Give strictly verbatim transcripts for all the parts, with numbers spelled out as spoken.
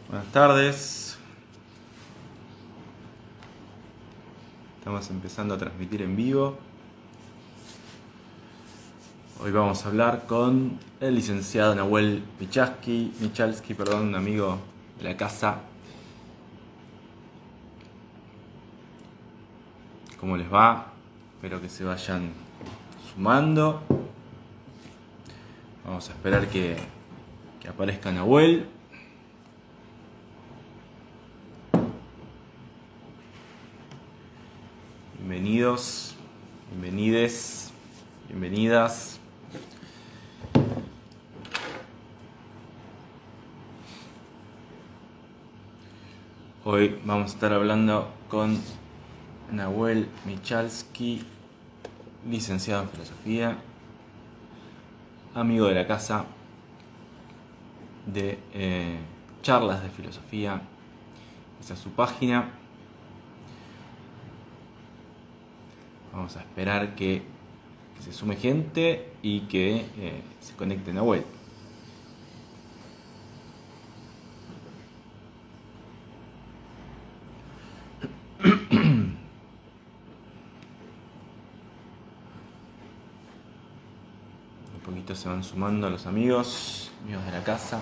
Buenas tardes. Estamos empezando a transmitir en vivo. Hoy vamos a hablar con el licenciado Nahuel Michalski, Michalski, perdón, un amigo de la casa. ¿Cómo les va? Espero que se vayan sumando. Vamos a esperar que, que aparezca Nahuel. Bienvenidos, bienvenides, bienvenidas. Hoy vamos a estar hablando con Nahuel Michalski, licenciado en filosofía, amigo de la casa de eh, charlas de filosofía. Esa es su página. Vamos a esperar que, que se sume gente y que eh, se conecte Nahuel. Un poquito se van sumando los amigos, amigos de la casa.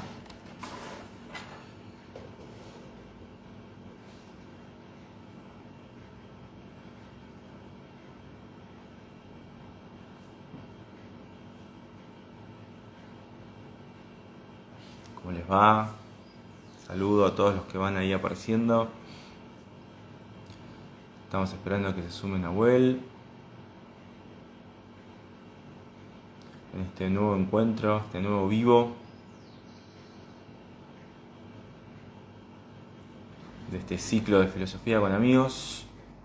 ¿Cómo les va? Saludo a todos los que van ahí apareciendo. Estamos esperando a que se sume Nahuel en este nuevo encuentro, este nuevo vivo de este ciclo de filosofía con amigos.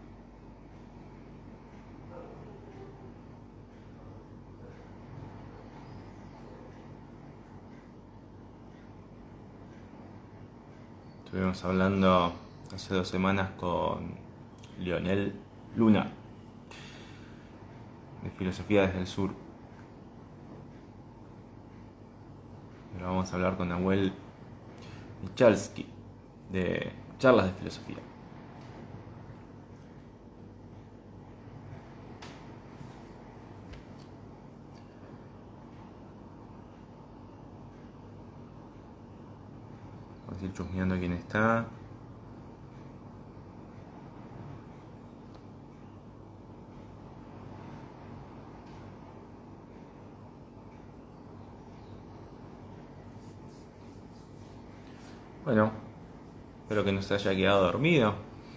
Estuvimos hablando hace dos semanas con Lionel Luna, de Filosofía desde el Sur. Ahora vamos a hablar con Nahuel Michalski, de Charlas de Filosofía. Vamos a ir chusmeando quién está. Bueno, espero que no se haya quedado dormido.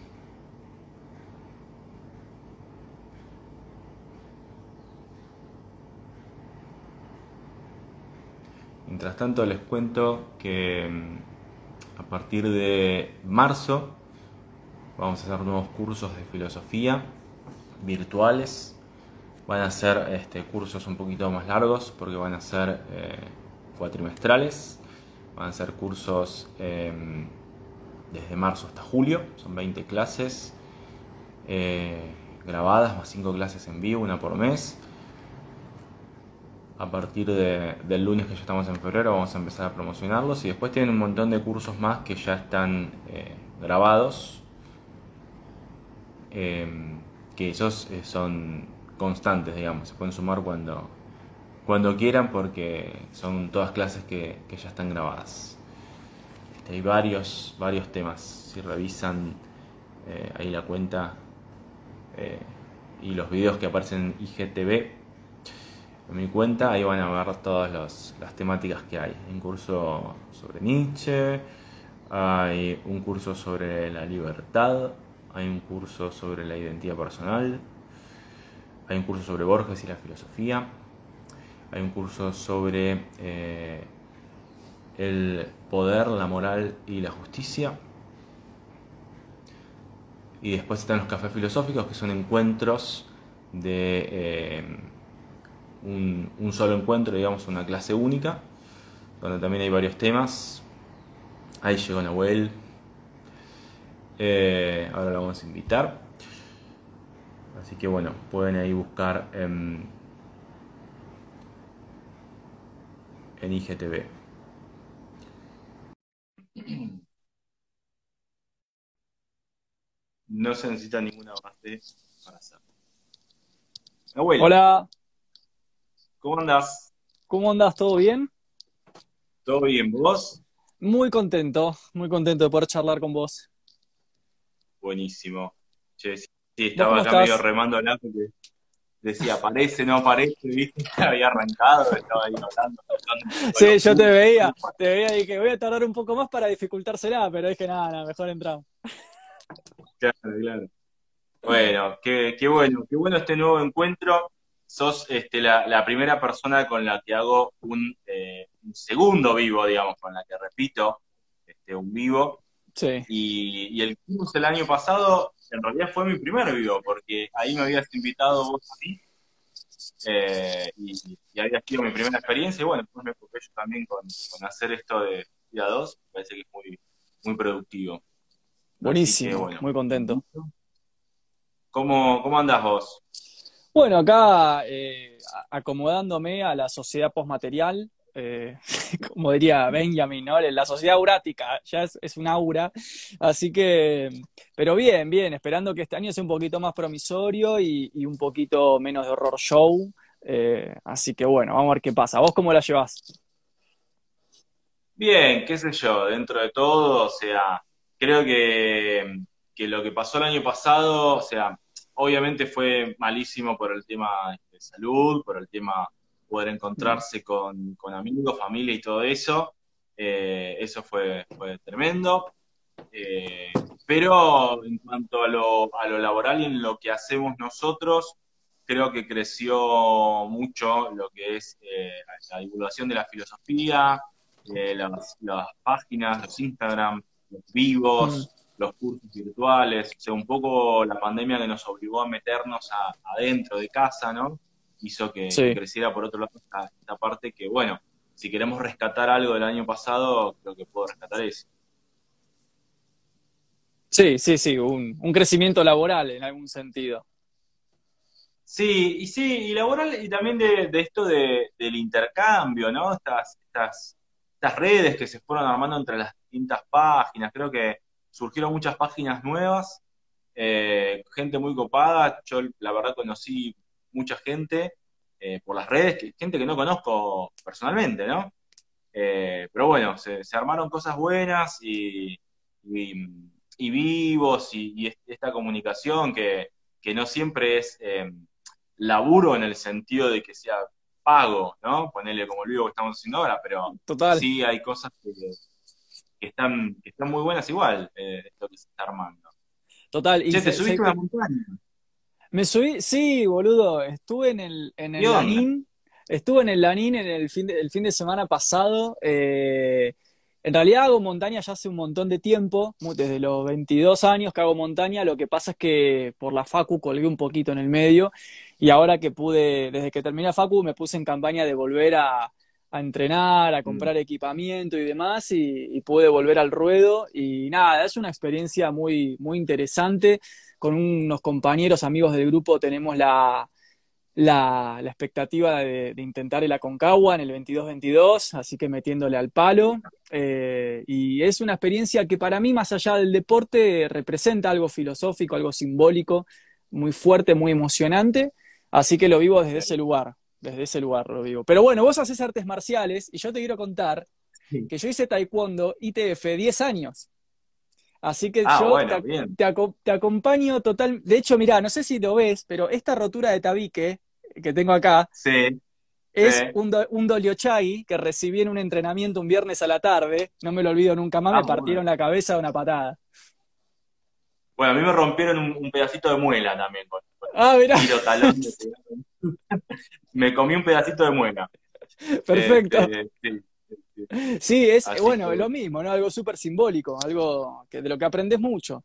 Mientras tanto les cuento que a partir de marzo vamos a hacer nuevos cursos de filosofía virtuales. Van a ser este, cursos un poquito más largos porque van a ser eh, cuatrimestrales. Van a ser cursos eh, desde marzo hasta julio. Son veinte clases eh, grabadas, más cinco clases en vivo, una por mes. A partir de, del lunes, que ya estamos en febrero, vamos a empezar a promocionarlos. Y después tienen un montón de cursos más que ya están eh, grabados. Eh, que esos eh, son constantes, digamos. Se pueden sumar cuando, cuando quieran porque son todas clases que, que ya están grabadas. Este, hay varios, varios temas. Si revisan eh, ahí la cuenta eh, y los videos que aparecen en I G T V, en mi cuenta, ahí van a ver todas los, las temáticas que hay. Hay un curso sobre Nietzsche, hay un curso sobre la libertad, hay un curso sobre la identidad personal, hay un curso sobre Borges y la filosofía, hay un curso sobre eh, el poder, la moral y la justicia. Y después están los cafés filosóficos, que son encuentros de eh, un, un solo encuentro, digamos, una clase única, donde también hay varios temas. Ahí llegó Nahuel. Eh, ahora lo vamos a invitar. Así que bueno, pueden ahí buscar en, en I G T V. no se necesita ninguna base para hacerlo. Abuelo, Hola, ¿cómo andás? ¿cómo andás? ¿Todo bien? ¿Todo bien? ¿Vos? Muy contento, muy contento de poder charlar con vos. Buenísimo. Che, sí, sí, ¿Vos estaba cómo acá medio estás? remando la porque decía, parece, no parece, ¿viste? Había arrancado, estaba ahí hablando, contando un poco de los Sí, yo te cursos. veía, te veía y que voy a tardar un poco más para dificultársela, pero dije, nada, nada, mejor entramos. Claro, claro. Bueno, qué, qué bueno, qué bueno este nuevo encuentro. Sos este, la, la primera persona con la que hago un, eh, un segundo vivo, digamos, con la que repito este, un vivo. Sí, Y, y el que hicimos el año pasado, en realidad fue mi primer vivo, porque ahí me habías invitado vos a mí, eh, y, y había sido mi primera experiencia. Y bueno, después me ocupé yo también con, con hacer esto de día dos, me parece que es muy, muy productivo. Así que buenísimo, bueno, muy contento. ¿cómo, cómo andás vos? Bueno, acá eh, a- acomodándome a la sociedad postmaterial, eh, como diría Benjamin, ¿no? La sociedad aurática, ya es, es un aura, así que, pero bien, bien, esperando que este año sea un poquito más promisorio y, y un poquito menos de horror show, eh, así que bueno, vamos a ver qué pasa. ¿Vos cómo la llevás? Bien, qué sé yo, dentro de todo, o sea, creo que, que lo que pasó el año pasado, o sea, obviamente fue malísimo por el tema de salud, por el tema poder Mm, encontrarse con, con amigos, familia y todo eso. Eh, eso fue, fue tremendo. Eh, pero en cuanto a lo, a lo laboral y en lo que hacemos nosotros, creo que creció mucho lo que es eh, la divulgación de la filosofía, eh, las, las páginas, los Instagram, los mm, vivos, los cursos virtuales, o sea, un poco la pandemia que nos obligó a meternos a- adentro de casa, ¿no? Hizo que, que sí, creciera por otro lado esta, esta parte que, bueno, si queremos rescatar algo del año pasado, creo que puedo rescatar eso. sí, sí, sí, un, un crecimiento laboral en algún sentido. Sí, y sí, y laboral, y también de, de esto de, del intercambio, ¿no? Estas, estas, estas redes que se fueron armando entre las distintas páginas, creo que surgieron muchas páginas nuevas, eh, gente muy copada, yo la verdad conocí mucha gente eh, por las redes, que, gente que no conozco personalmente, ¿no? Eh, pero bueno, se, se armaron cosas buenas y, y, y vivos y, y esta comunicación que, que no siempre es eh, laburo en el sentido de que sea pago, ¿no? Ponerle como el vivo que estamos haciendo ahora, pero Total, sí hay cosas que, que están, que están muy buenas igual, eh, esto que se está armando. total. Y Che, te se, subiste se- a una montaña. Me subí, sí, boludo, estuve en el, en ¿Qué el onda? Lanín, estuve en el Lanín en el fin de, el fin de semana pasado. Eh, en realidad hago montaña ya hace un montón de tiempo, mu- desde los veintidós años que hago montaña. Lo que pasa es que por la facu colgué un poquito en el medio y ahora que pude, desde que terminé la facu me puse en campaña de volver a, a entrenar, a Mm. comprar equipamiento y demás y, y pude volver al ruedo y nada, es una experiencia muy, muy interesante con unos compañeros amigos del grupo tenemos la, la, la expectativa de, de, intentar el Aconcagua en el veintidós veintidós, así que metiéndole al palo. Eh, y es una experiencia que para mí, más allá del deporte, representa algo filosófico, algo simbólico, muy fuerte, muy emocionante. Así que lo vivo desde ese lugar, desde ese lugar lo vivo. Pero bueno, vos haces artes marciales y yo te quiero contar Sí. que yo hice taekwondo I T F diez años. Así que Ah, yo bueno, te, bien. te, aco- te acompaño total. De hecho, mirá, no sé si lo ves, pero esta rotura de tabique que tengo acá Sí, sí. es un, do- un doliochai que recibí en un entrenamiento un viernes a la tarde. No me lo olvido nunca más, Ah, me bueno. partieron la cabeza de una patada. Bueno, a mí me rompieron un, un pedacito de muela también con, con Ah, el mirá, tiro talón. Me, pegaron. Me comí un pedacito de muela. perfecto. Este, sí, sí, sí. Sí, es Así bueno, que es lo bueno. mismo, ¿no? Algo súper simbólico, algo que, de lo que aprendes mucho.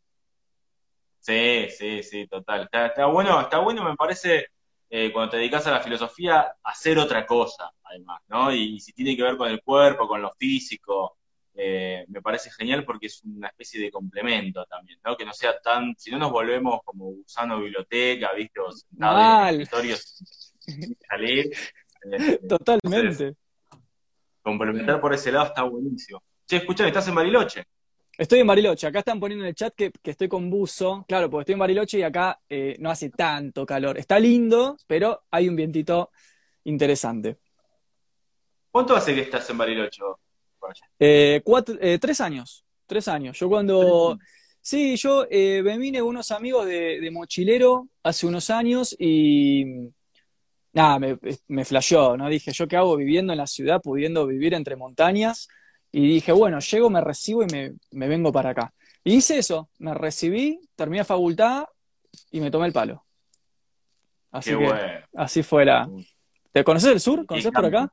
Sí, sí, sí, total. Está, está bueno, está bueno, me parece, eh, cuando te dedicas a la filosofía, hacer otra cosa, además, ¿no? Y, y si tiene que ver con el cuerpo, con lo físico, eh, me parece genial porque es una especie de complemento también, ¿no? Que no sea tan, si no nos volvemos como gusano biblioteca, ¿viste? O sentado ahí en el Mal, escritorio sin salir. Este, entonces, totalmente. complementar por ese lado está buenísimo. Che, escuchame, ¿estás en Bariloche? Estoy en Bariloche, acá están poniendo en el chat que, que estoy con buzo, claro, porque estoy en Bariloche y acá eh, no hace tanto calor. Está lindo, pero hay un vientito interesante. ¿Cuánto hace que estás en Bariloche vos? Por allá. Eh, cuatro, eh, tres años, tres años. Yo cuando, sí, yo eh, me vine con unos amigos de, de mochilero hace unos años y nada, me, me flasheó, ¿no? Dije, ¿yo qué hago viviendo en la ciudad, pudiendo vivir entre montañas? Y dije, bueno, llego, me recibo y me, me vengo para acá. Y hice eso, me recibí, terminé facultad y me tomé el palo. Qué Así que bueno. así fue la... ¿Te conoces el sur? Qué ¿Conoces por cambio. acá?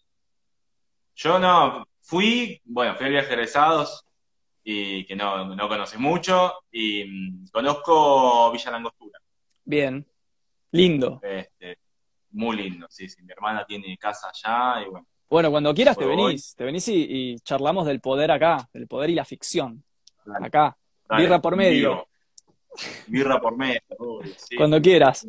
Yo no, fui, bueno, fui al viaje de egresados y que no, no conoces mucho, y mm, conozco Villa Langostura. Bien, lindo. Este, muy lindo, sí, sí. Mi hermana tiene casa allá y bueno, Bueno, cuando quieras te pues voy. venís, te venís y, y charlamos del poder acá, del poder y la ficción. Dale, Acá, birra dale, por en medio, vivo. Birra por mes, obvio, sí, cuando sí, sí, quieras. sí.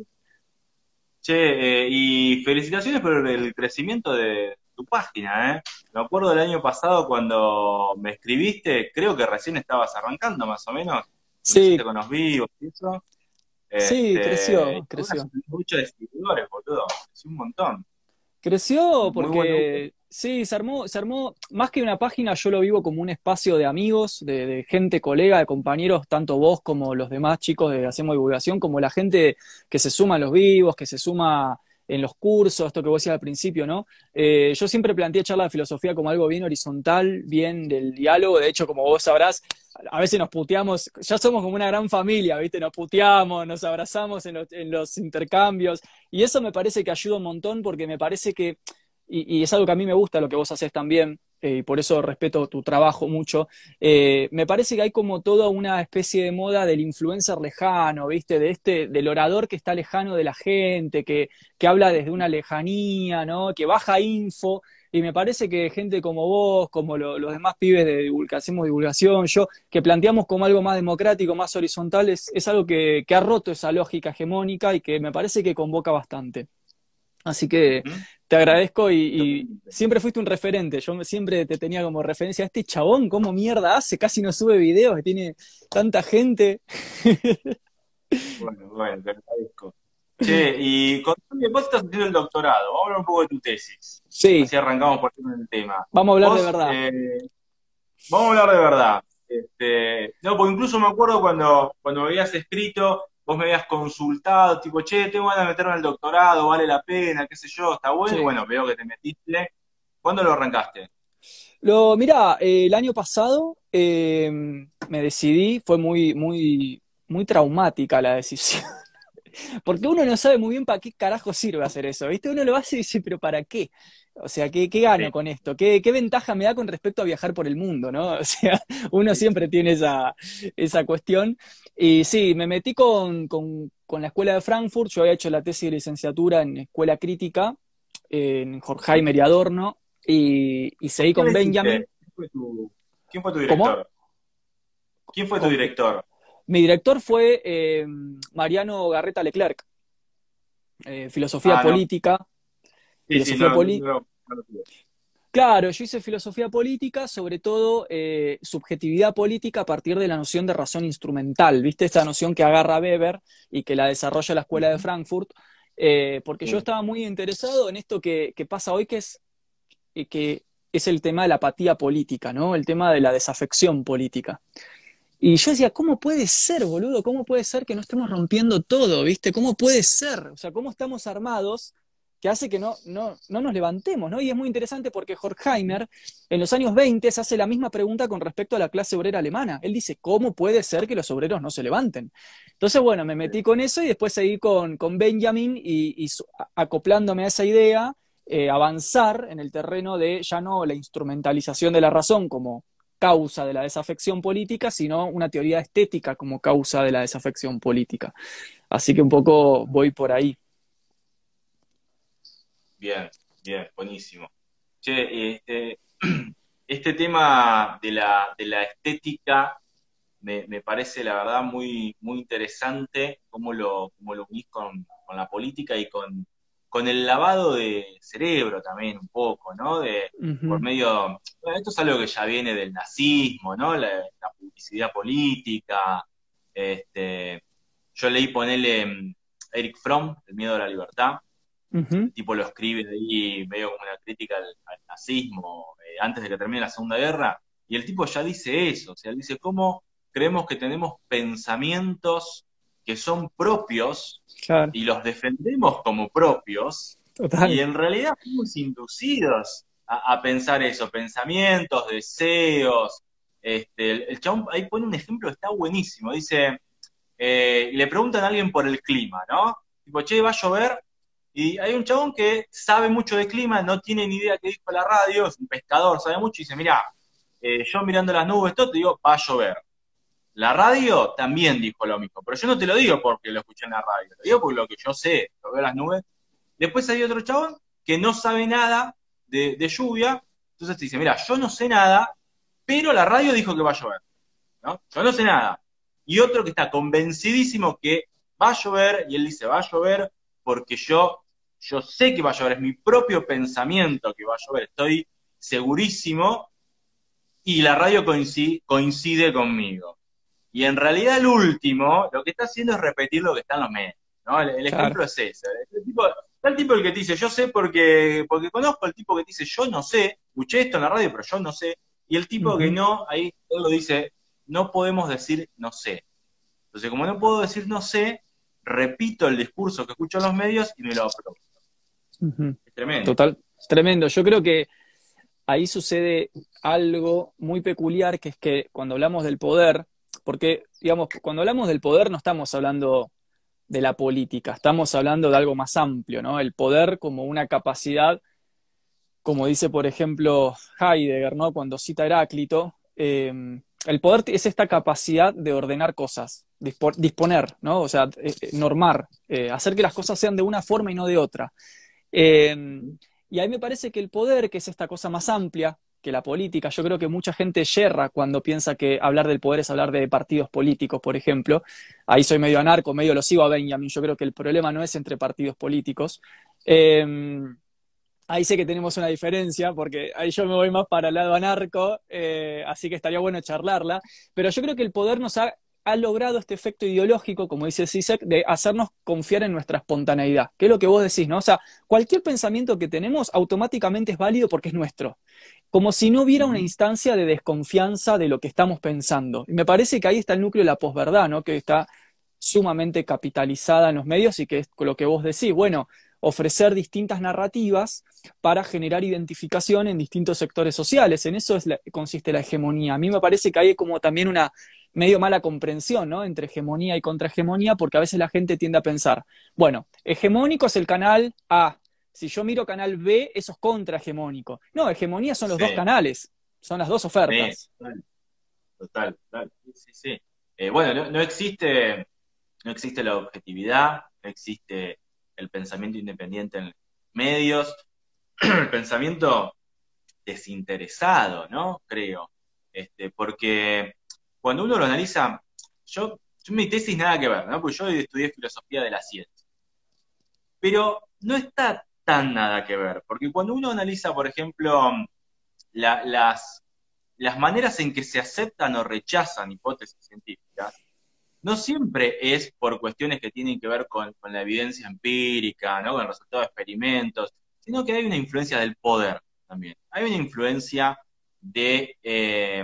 Che, eh, y felicitaciones por el crecimiento de tu página, ¿eh? Me acuerdo del año pasado cuando me escribiste, creo que recién estabas arrancando más o menos, empezaste Sí, con los vivos y eso. sí, Este, y creció, ahora creció. son muchos de seguidores, boludo. Es un montón. Creció Muy bueno. porque sí, se armó, se armó, más que una página, yo lo vivo como un espacio de amigos, de, de gente, colega, de compañeros, tanto vos como los demás chicos de Hacemos Divulgación, como la gente que se suma a los vivos, que se suma en los cursos, esto que vos decías al principio, ¿no? Eh, yo siempre planteé charla de filosofía como algo bien horizontal, bien del diálogo, de hecho, como vos sabrás, a veces nos puteamos, ya somos como una gran familia, ¿viste? Nos puteamos, nos abrazamos en los, en los intercambios, y eso me parece que ayuda un montón porque me parece que, y, y es algo que a mí me gusta lo que vos haces también, eh, y por eso respeto tu trabajo mucho, eh, me parece que hay como toda una especie de moda del influencer lejano, ¿viste? De este, del orador que está lejano de la gente, que, que habla desde una lejanía, ¿no? Que baja info. Y me parece que gente como vos, como lo, los demás pibes de que hacemos divulgación, yo, que planteamos como algo más democrático, más horizontal, es, es algo que, que ha roto esa lógica hegemónica y que me parece que convoca bastante. Así que Ujú. te agradezco y, y Totalmente. siempre fuiste un referente. Yo me- siempre te tenía como referencia a este chabón, cómo mierda hace, casi no sube videos, que tiene tanta gente. Bueno, bueno, te agradezco. Che, y contame, vos estás haciendo el doctorado, vamos a hablar un poco de tu tesis. Sí, Así arrancamos por el tema. vamos a hablar de Vos, verdad. eh, vamos a hablar de verdad. Este, no, porque incluso me acuerdo cuando, cuando me habías escrito, vos me habías consultado, tipo, che, tengo ganas de meterme al doctorado, vale la pena, qué sé yo, está bueno, y Sí. bueno, veo que te metiste. ¿Cuándo lo arrancaste? Lo, mirá, eh, el año pasado eh, me decidí, fue muy, muy, muy traumática la decisión. Porque uno no sabe muy bien para qué carajo sirve hacer eso, ¿viste? Uno lo hace y dice, pero ¿para qué? O sea, ¿qué, qué gano Sí, con esto? ¿Qué, qué ventaja me da con respecto a viajar por el mundo, ¿no? O sea, uno sí, siempre tiene esa, esa cuestión. Y sí, me metí con, con, con la escuela de Frankfurt, yo había hecho la tesis de licenciatura en escuela crítica, en Horkheimer y Adorno, y, y ¿Con seguí quién con le Benjamin. hiciste? ¿Quién fue tu, quién fue tu ¿Cómo? director? ¿Quién fue tu ¿Con qué? director? Mi director fue eh, Mariano Garreta Leclerc, eh, filosofía Ah, no. política. Sí, sí, Filosofía no, no, política. no, no lo tuve. Claro, yo hice filosofía política, sobre todo eh, subjetividad política a partir de la noción de razón instrumental, ¿viste? Esta noción que agarra Weber y que la desarrolla la Escuela de Ujú. Frankfurt, eh, porque yo Sí. estaba muy interesado en esto que, que pasa hoy, que es, eh, que es el tema de la apatía política, ¿no? El tema de la desafección política. Y yo decía, ¿cómo puede ser, boludo? ¿Cómo puede ser que no estemos rompiendo todo, ¿viste? ¿Cómo puede ser? O sea, ¿cómo estamos armados que hace que no, no, no nos levantemos, ¿no? Y es muy interesante porque Horkheimer en los años veinte se hace la misma pregunta con respecto a la clase obrera alemana. Él dice, ¿cómo puede ser que los obreros no se levanten? Entonces, bueno, me metí con eso y después seguí con, con Benjamin y, y acoplándome a esa idea, eh, avanzar en el terreno de ya no la instrumentalización de la razón como causa de la desafección política, sino una teoría estética como causa de la desafección política. Así que un poco voy por ahí. Bien, bien, buenísimo. Che, este, este tema de la, de la estética me, me parece la verdad muy, muy interesante cómo lo, cómo lo unís con, con la política y con, con el lavado de cerebro también un poco, ¿no? De, Uh por -huh. medio, bueno, esto es algo que ya viene del nazismo, ¿no? La, la autenticidad política. Este, yo leí, ponele, Eric Fromm, El miedo a la libertad. Ujú. El tipo lo escribe de ahí medio como una crítica al, al nazismo, eh, antes de que termine la Segunda Guerra, y el tipo ya dice eso, o sea, él dice cómo creemos que tenemos pensamientos que son propios Claro, y los defendemos como propios, y total. en realidad fuimos inducidos a, a pensar eso, pensamientos, deseos. Este, el, el chabón ahí pone un ejemplo que está buenísimo, dice, eh, le preguntan a alguien por el clima, ¿no? Tipo, che, va a llover, y hay un chabón que sabe mucho de clima, no tiene ni idea qué dijo la radio, es un pescador, sabe mucho, y dice, mirá, eh, yo mirando las nubes, todo, te digo, va a llover. La radio también dijo lo mismo, pero yo no te lo digo porque lo escuché en la radio, lo digo porque lo que yo sé, lo veo en las nubes. Después hay otro chabón que no sabe nada de, de lluvia, entonces te dice, mira, yo no sé nada, pero la radio dijo que va a llover, ¿no? Yo no sé nada. Y otro que está convencidísimo que va a llover, y él dice, va a llover porque yo, yo sé que va a llover, es mi propio pensamiento que va a llover, estoy segurísimo, y la radio coincide, coincide conmigo. Y en realidad el último, lo que está haciendo es repetir lo que está en los medios, ¿no? El, el Claro. ejemplo es ese. El tipo, está el tipo el que te dice, yo sé porque, porque conozco el tipo que te dice, yo no sé, escuché esto en la radio, pero yo no sé. Y el tipo que Ujú. no, ahí él lo dice, no podemos decir no sé. Entonces, como no puedo decir no sé, repito el discurso que escucho en los medios y me lo apropio. Ujú. Es tremendo. Total, tremendo. Yo creo que ahí sucede algo muy peculiar, que es que cuando hablamos del poder, porque, digamos, cuando hablamos del poder no estamos hablando de la política, estamos hablando de algo más amplio, ¿no? El poder como una capacidad, como dice, por ejemplo, Heidegger, ¿no? Cuando cita a Heráclito, eh, el poder es esta capacidad de ordenar cosas, dispo- disponer, ¿no? O sea, eh, eh, normar, eh, hacer que las cosas sean de una forma y no de otra. Eh, y ahí me parece que el poder, que es esta cosa más amplia que la política, yo creo que mucha gente yerra cuando piensa que hablar del poder es hablar de partidos políticos, por ejemplo. Ahí soy medio anarco, medio lo sigo a Benjamin. Yo creo que el problema no es entre partidos políticos. Eh, Ahí sé que tenemos una diferencia, porque ahí yo me voy más para el lado anarco, eh, así que estaría bueno charlarla. Pero yo creo que el poder nos ha, ha logrado este efecto ideológico, como dice Zizek, de hacernos confiar en nuestra espontaneidad, que es lo que vos decís, ¿no? O sea, cualquier pensamiento que tenemos automáticamente es válido porque es nuestro. Como si no hubiera una Ujú. instancia de desconfianza de lo que estamos pensando. Y me parece que ahí está el núcleo de la posverdad, ¿no? Que está sumamente capitalizada en los medios y que es lo que vos decís. Bueno, ofrecer distintas narrativas para generar identificación en distintos sectores sociales. En eso es la, consiste la hegemonía. A mí me parece que hay como también una medio mala comprensión, ¿no? Entre hegemonía y contrahegemonía, porque a veces la gente tiende a pensar, bueno, hegemónico es el canal A. Si yo miro canal B, eso es contrahegemónico. No, hegemonía son los dos Sí, canales, son las dos sí, ofertas. total, total, total. Sí, sí, sí. Eh, bueno, no, no existe, no existe la objetividad, no existe el pensamiento independiente en los medios, el pensamiento desinteresado, ¿no? Creo. Este, porque cuando uno lo analiza, yo, yo mi tesis nada que ver, ¿no? Porque yo estudié filosofía de la ciencia. Pero no está tan nada que ver, porque cuando uno analiza, por ejemplo, la- las, las maneras en que se aceptan o rechazan hipótesis científicas, no siempre es por cuestiones que tienen que ver con, con la evidencia empírica, ¿no? Con el resultado de experimentos, sino que hay una influencia del poder también. Hay una influencia de, eh,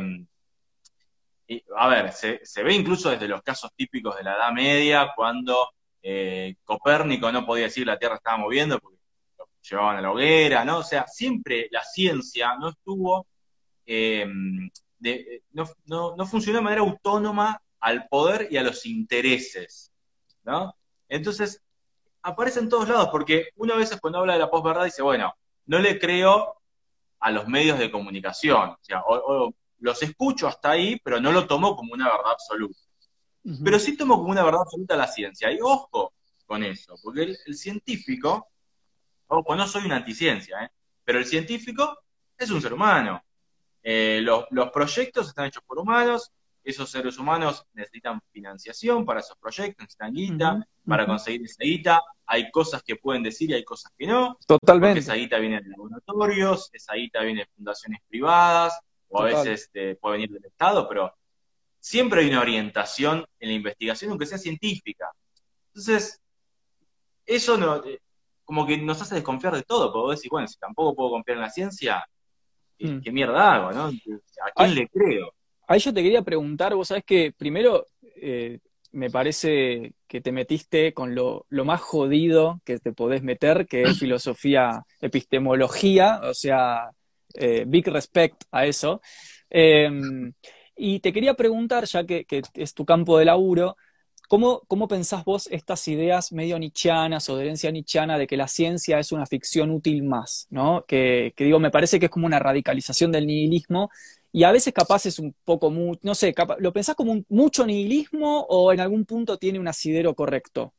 y, a ver, se, se ve incluso desde los casos típicos de la Edad Media, cuando eh, Copérnico no podía decir que la Tierra estaba moviendo porque lo llevaban a la hoguera, ¿no? O sea, siempre la ciencia no estuvo, eh, de, no, no, no funcionó de manera autónoma al poder y a los intereses, ¿no? Entonces, aparece en todos lados, porque uno a veces cuando habla de la posverdad dice, bueno, no le creo a los medios de comunicación, o sea, o, o los escucho hasta ahí, pero no lo tomo como una verdad absoluta. Uh -huh. Pero sí tomo como una verdad absoluta la ciencia, y ojo con eso, porque el, el científico, ojo, no soy una anticiencia, ¿eh? Pero el científico es un ser humano. Eh, los, los proyectos están hechos por humanos, esos seres humanos necesitan financiación para esos proyectos, necesitan Uh guita, -huh. Uh para -huh. conseguir esa guita, hay cosas que pueden decir y hay cosas que no, porque esa Totalmente, guita viene de laboratorios, esa guita viene de fundaciones privadas, o a total. veces eh, puede venir del Estado, pero siempre hay una orientación en la investigación, aunque sea científica. Entonces, eso no, eh, como que nos hace desconfiar de todo, porque vos decís, bueno, si tampoco puedo confiar en la ciencia, ¿qué, Mm. qué mierda hago, no? ¿A Ahí, quién le creo? ahí yo te quería preguntar, vos sabés que primero eh, me parece que te metiste con lo, lo más jodido que te podés meter, que es filosofía, epistemología, o sea, eh, big respect a eso. Eh, y te quería preguntar, ya que, que es tu campo de laburo, ¿cómo, cómo pensás vos estas ideas medio nietzschianas o de herencia nietzschiana de que la ciencia es una ficción útil más, ¿no? Que, que digo, me parece que es como una radicalización del nihilismo y a veces capaz es un poco, mu no sé, capaz, ¿lo pensás como un mucho nihilismo o en algún punto tiene un asidero correcto?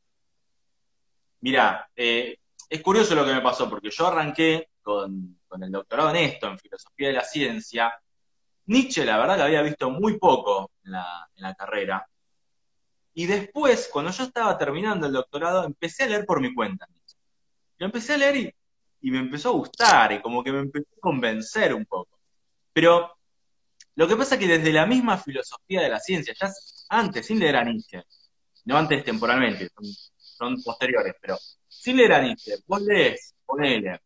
Mirá, eh, es curioso lo que me pasó, porque yo arranqué con, con el doctorado en esto, en filosofía de la ciencia. Nietzsche, la verdad, que había visto muy poco en la, en la carrera. Y después, cuando yo estaba terminando el doctorado, empecé a leer por mi cuenta. Lo empecé a leer y, y me empezó a gustar, y como que me empezó a convencer un poco. Pero lo que pasa es que desde la misma filosofía de la ciencia, ya antes, sin leer a Nietzsche, no antes temporalmente, son, son posteriores, pero sin leer a Nietzsche, vos lees, ponele,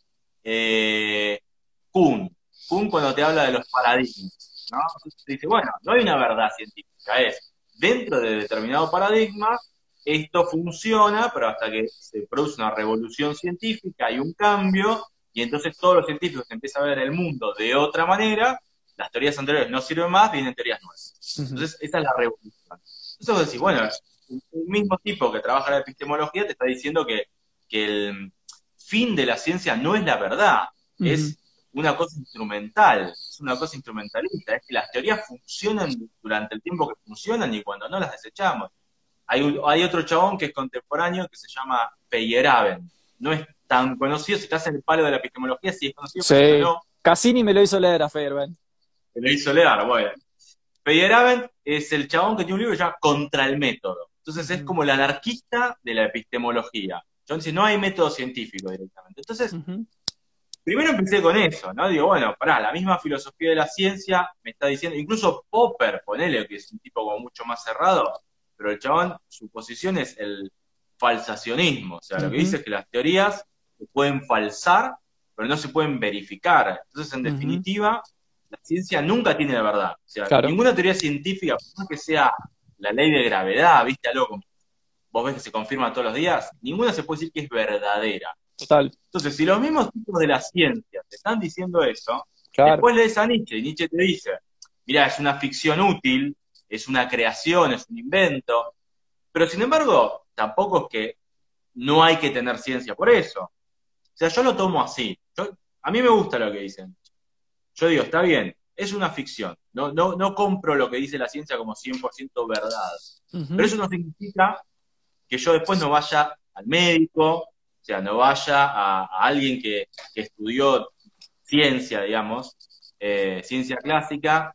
eh, Kuhn, Kuhn cuando te habla de los paradigmas, ¿no? Entonces te dice, bueno, no hay una verdad científica, es dentro de determinado paradigma, esto funciona, pero hasta que se produce una revolución científica y un cambio, y entonces todos los científicos empiezan a ver el mundo de otra manera, las teorías anteriores no sirven más, vienen teorías nuevas. Ujú. Entonces, esa es la revolución. Entonces vos decís, bueno, el mismo tipo que trabaja la epistemología te está diciendo que, que el fin de la ciencia no es la verdad, Ujú. es una cosa instrumental, es una cosa instrumentalista, es que las teorías funcionan durante el tiempo que funcionan y cuando no las desechamos. Hay, un- hay otro chabón que es contemporáneo que se llama Feyerabend. No es tan conocido, si estás en el palo de la epistemología, sí es conocido, pero si no, Sí, no, Cassini me lo hizo leer a Feyerabend. te lo hizo leer, bueno. Feyerabend es el chabón que tiene un libro que se llama Contra el método. Entonces es Ujú. como el anarquista de la epistemología. John dice, no hay método científico directamente. Entonces, Ujú. primero empecé con eso, ¿no? Digo, bueno, pará, la misma filosofía de la ciencia me está diciendo, incluso Popper, ponele, que es un tipo como mucho más cerrado, pero el chabón, su posición es el falsacionismo, o sea, lo que Ujú. dice es que las teorías se pueden falsar, pero no se pueden verificar. Entonces, en Ujú. definitiva, la ciencia nunca tiene la verdad. O sea, Claro, ninguna teoría científica, por más que sea la ley de gravedad, viste algo como vos ves que se confirma todos los días, ninguna se puede decir que es verdadera. total, Entonces, si los mismos tipos de la ciencia te están diciendo eso, claro. después lees a Nietzsche y Nietzsche te dice, mirá, es una ficción útil, es una creación, es un invento, pero sin embargo, tampoco es que no hay que tener ciencia por eso. O sea, yo lo tomo así. Yo, a mí me gusta lo que dicen. Yo digo, está bien, es una ficción. No, no, no compro lo que dice la ciencia como cien por ciento verdad. Pero Ujú. eso no significa que yo después no vaya al médico, o sea, no vaya a, a alguien que, que, estudió ciencia, digamos, eh, ciencia clásica,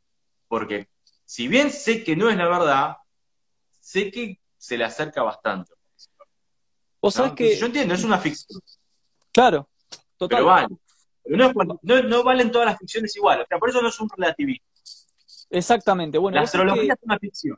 porque si bien sé que no es la verdad, sé que se le acerca bastante, Vos ¿no? sabés Entonces que, yo entiendo, es una ficción, claro, pero total, vale. Pero no, es cual- no, no valen todas las ficciones igual, o sea, por eso no es un relativismo. exactamente. Bueno, La vos sabés astrología que, es una ficción,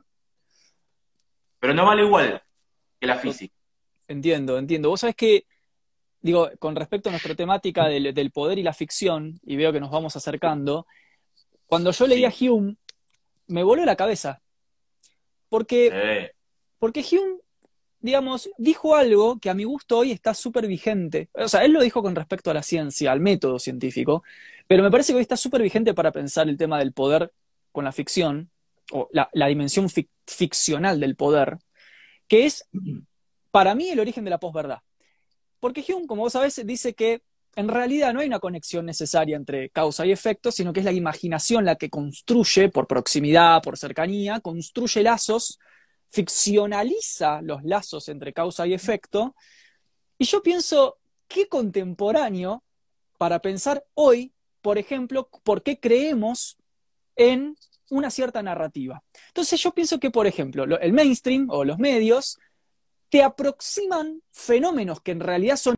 pero no vale igual que la to- física. entiendo, entiendo. Vos sabés que, digo, con respecto a nuestra temática del, del poder y la ficción, y veo que nos vamos acercando, cuando yo leí a Sí, Hume, me voló la cabeza, porque, sí, porque Hume, digamos, dijo algo que a mi gusto hoy está súper vigente. O sea, él lo dijo con respecto a la ciencia, al método científico, pero me parece que hoy está súper vigente para pensar el tema del poder con la ficción, o la, la dimensión fic ficcional del poder, que es, para mí, el origen de la posverdad. Porque Hume, como vos sabés, dice que en realidad no hay una conexión necesaria entre causa y efecto, sino que es la imaginación la que construye, por proximidad, por cercanía, construye lazos, ficcionaliza los lazos entre causa y efecto. Y yo pienso, qué contemporáneo para pensar hoy, por ejemplo, por qué creemos en una cierta narrativa. Entonces yo pienso que, por ejemplo, el mainstream o los medios te aproximan fenómenos que en realidad son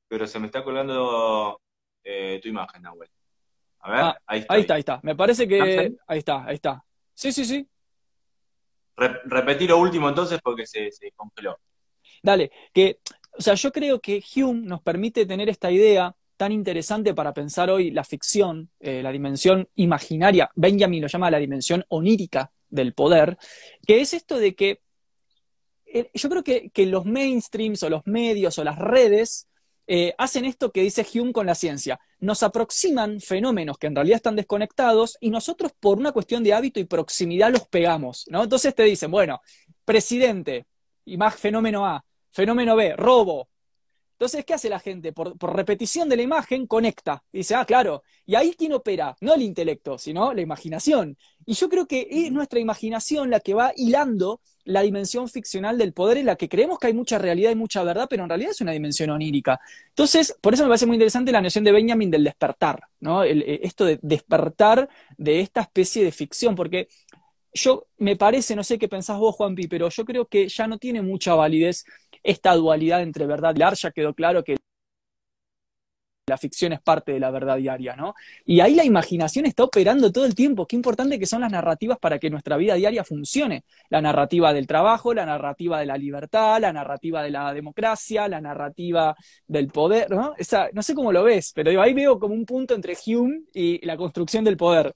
pero se me está colando eh, tu imagen, Nahuel. A ver, Ah, ahí ahí estoy. está, ahí está. Me parece ¿Estás que... ahí? Ahí está, ahí está. Sí, sí, sí. Re- repetí lo último entonces porque se, se congeló. Dale, que, o sea, yo creo que Hume nos permite tener esta idea tan interesante para pensar hoy la ficción, eh, la dimensión imaginaria, Benjamin lo llama la dimensión onírica del poder, que es esto de que eh, yo creo que, que, los mainstreams o los medios o las redes eh, hacen esto que dice Hume con la ciencia. Nos aproximan fenómenos que en realidad están desconectados y nosotros por una cuestión de hábito y proximidad los pegamos, ¿no? Entonces te dicen, bueno, presidente, y más fenómeno A, fenómeno B, robo, entonces, ¿qué hace la gente? Por, por repetición de la imagen, conecta. Y dice, ah, claro. Y ahí quién opera, no el intelecto, sino la imaginación. Y yo creo que es nuestra imaginación la que va hilando la dimensión ficcional del poder en la que creemos que hay mucha realidad y mucha verdad, pero en realidad es una dimensión onírica. Entonces, por eso me parece muy interesante la noción de Benjamin del despertar, ¿no? El, esto de despertar de esta especie de ficción, porque yo me parece, no sé qué pensás vos, Juanpi, pero yo creo que ya no tiene mucha validez esta dualidad entre verdad y arte. Ya quedó claro que la ficción es parte de la verdad diaria, ¿no? Y ahí la imaginación está operando todo el tiempo. Qué importante que son las narrativas para que nuestra vida diaria funcione. La narrativa del trabajo, la narrativa de la libertad, la narrativa de la democracia, la narrativa del poder, ¿no? Esa, no sé cómo lo ves, pero digo, ahí veo como un punto entre Hume y la construcción del poder.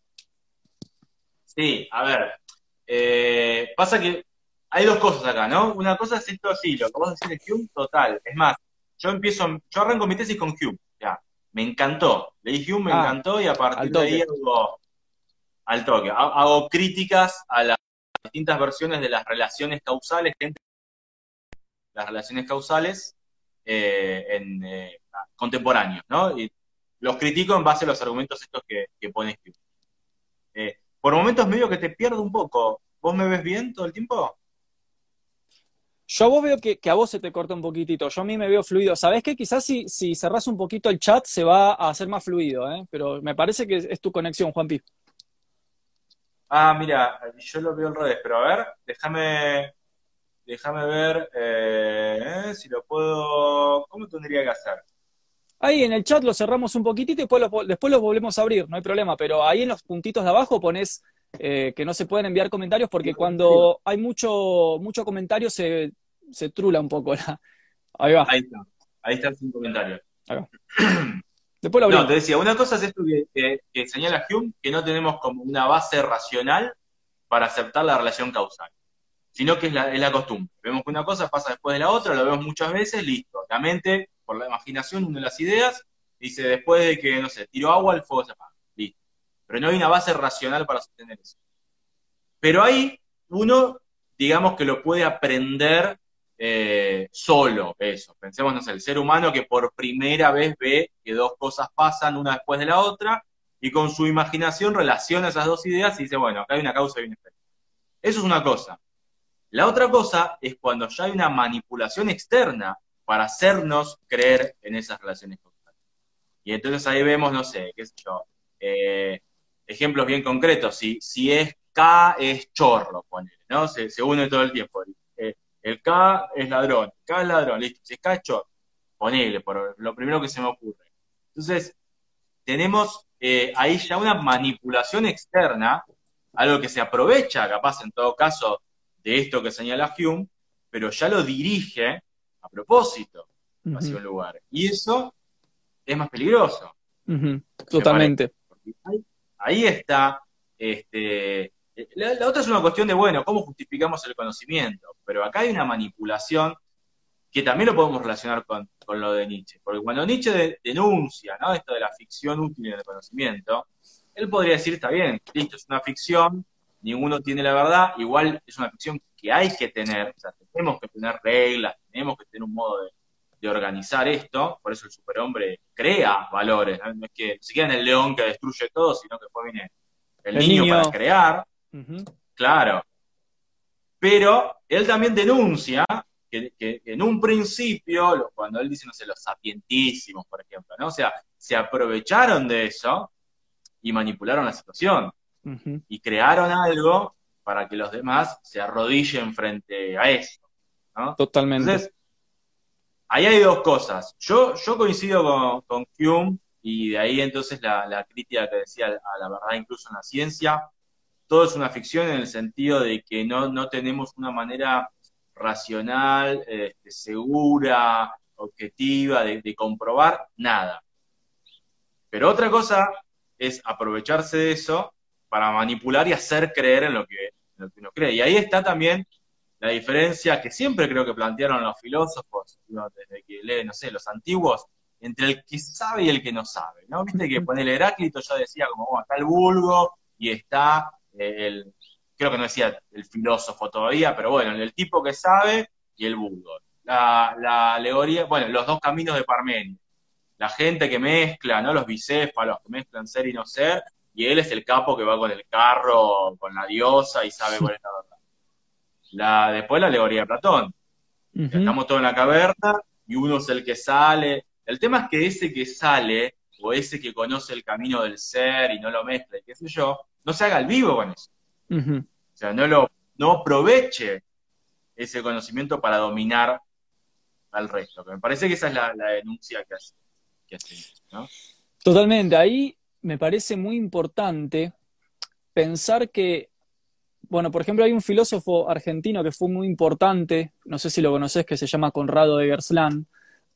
Sí, a ver. Eh, pasa que hay dos cosas acá, ¿no? Una cosa es esto así, lo que vos decís de Hume, total. Es más, yo empiezo, yo arranco mi tesis con Hume, ya. Me encantó. Leí Hume, me Ah, encantó y a al partir de ahí toque. hago, al toque, ha- hago críticas a las distintas versiones de las relaciones causales, gente, las relaciones causales eh, en eh, contemporáneos, ¿no? Y los critico en base a los argumentos estos que, que pone Hume. Eh, por momentos medio que te pierdo un poco. ¿Vos me ves bien todo el tiempo? Yo a vos veo que, que, a vos se te corta un poquitito, yo a mí me veo fluido. ¿Sabés qué? Quizás si, si cerrás un poquito el chat se va a hacer más fluido, ¿eh? Pero me parece que es, es tu conexión, Juanpi. Ah, mira, yo lo veo al revés, pero a ver, déjame, déjame ver eh, si lo puedo. ¿Cómo tendría que hacer? Ahí en el chat lo cerramos un poquitito y después lo, después lo volvemos a abrir, no hay problema. Pero ahí en los puntitos de abajo pones eh, que no se pueden enviar comentarios porque cuando hay mucho, mucho comentario se, se trula un poco. La... Ahí va, Ahí está, ahí está sin comentario. ahí va. Después lo No, te abrimos. decía, una cosa es esto que, que, que señala Hume, que no tenemos como una base racional para aceptar la relación causal, sino que es la, es la costumbre. Vemos que una cosa pasa después de la otra, lo vemos muchas veces, listo. La mente, por la imaginación, une las ideas, dice después de que, no sé, tiró agua, el fuego se apaga, listo. Pero no hay una base racional para sostener eso. Pero ahí uno, digamos que lo puede aprender eh, solo, eso. Pensemos, no sé, el ser humano que por primera vez ve que dos cosas pasan una después de la otra y con su imaginación relaciona esas dos ideas y dice, bueno, acá hay una causa y un efecto. Eso es una cosa. La otra cosa es cuando ya hay una manipulación externa para hacernos creer en esas relaciones causales. Y entonces ahí vemos, no sé, qué sé yo, eh, ejemplos bien concretos. Si, si es K es chorro, ponele, ¿no? Se, se une todo el tiempo. Eh, el K es ladrón, K es ladrón, listo. Si es K es chorro, ponele, por lo primero que se me ocurre. Entonces, tenemos eh, ahí ya una manipulación externa, algo que se aprovecha, capaz en todo caso, de esto que señala Hume, pero ya lo dirige a propósito Uh hacia -huh, un lugar. Y eso es más peligroso, uh -huh, me parece. totalmente. Porque ahí, ahí está, este, la, la otra es una cuestión de, bueno, cómo justificamos el conocimiento, pero acá hay una manipulación que también lo podemos relacionar con, con lo de Nietzsche, porque cuando Nietzsche de, denuncia, ¿no?, esto de la ficción útil en el conocimiento, él podría decir, está bien, listo, es una ficción, ninguno tiene la verdad, igual es una ficción que hay que tener, o sea, tenemos que tener reglas, tenemos que tener un modo de, de organizar esto, por eso el superhombre crea valores, ¿no? No es que ni siquiera en el león que destruye todo, sino que después viene el, El niño, niño. para crear, Uh -huh. claro, pero él también denuncia que, que en un principio, cuando él dice, no sé, los sapientísimos, por ejemplo, ¿no? O sea, se aprovecharon de eso y manipularon la situación. Uh -huh. Y crearon algo para que los demás se arrodillen frente a eso, ¿no? Totalmente. Entonces, ahí hay dos cosas. Yo, yo coincido con, con Hume, y de ahí entonces la, la crítica que decía a la verdad incluso en la ciencia. Todo es una ficción en el sentido de que no, no tenemos una manera racional, este, segura, objetiva de, de comprobar nada. Pero otra cosa es aprovecharse de eso para manipular y hacer creer en lo que, en lo que uno cree. Y ahí está también la diferencia que siempre creo que plantearon los filósofos, ¿no? Desde que lee, no sé, los antiguos, entre el que sabe y el que no sabe, ¿no? Viste que ponele Heráclito ya decía como, bueno, está el vulgo y está eh, el, creo que no decía el filósofo todavía, pero bueno, el tipo que sabe y el vulgo. La, la alegoría, bueno, los dos caminos de Parmenio. La gente que mezcla, ¿no? Los bicéfalos que mezclan ser y no ser, y él es el capo que va con el carro, con la diosa y sabe cuál es la verdad. La, después la alegoría de Platón. Ujú. Estamos todos en la caverna y uno es el que sale. El tema es que ese que sale, o ese que conoce el camino del ser y no lo mezcla, y qué sé yo, no se haga el vivo con eso. Ujú. O sea, no lo, no aproveche ese conocimiento para dominar al resto. Que me parece que esa es la, la denuncia que hace, que hace, ¿no? Totalmente. Ahí me parece muy importante pensar que, bueno, por ejemplo, hay un filósofo argentino que fue muy importante, no sé si lo conoces, que se llama Conrado de Gerslan.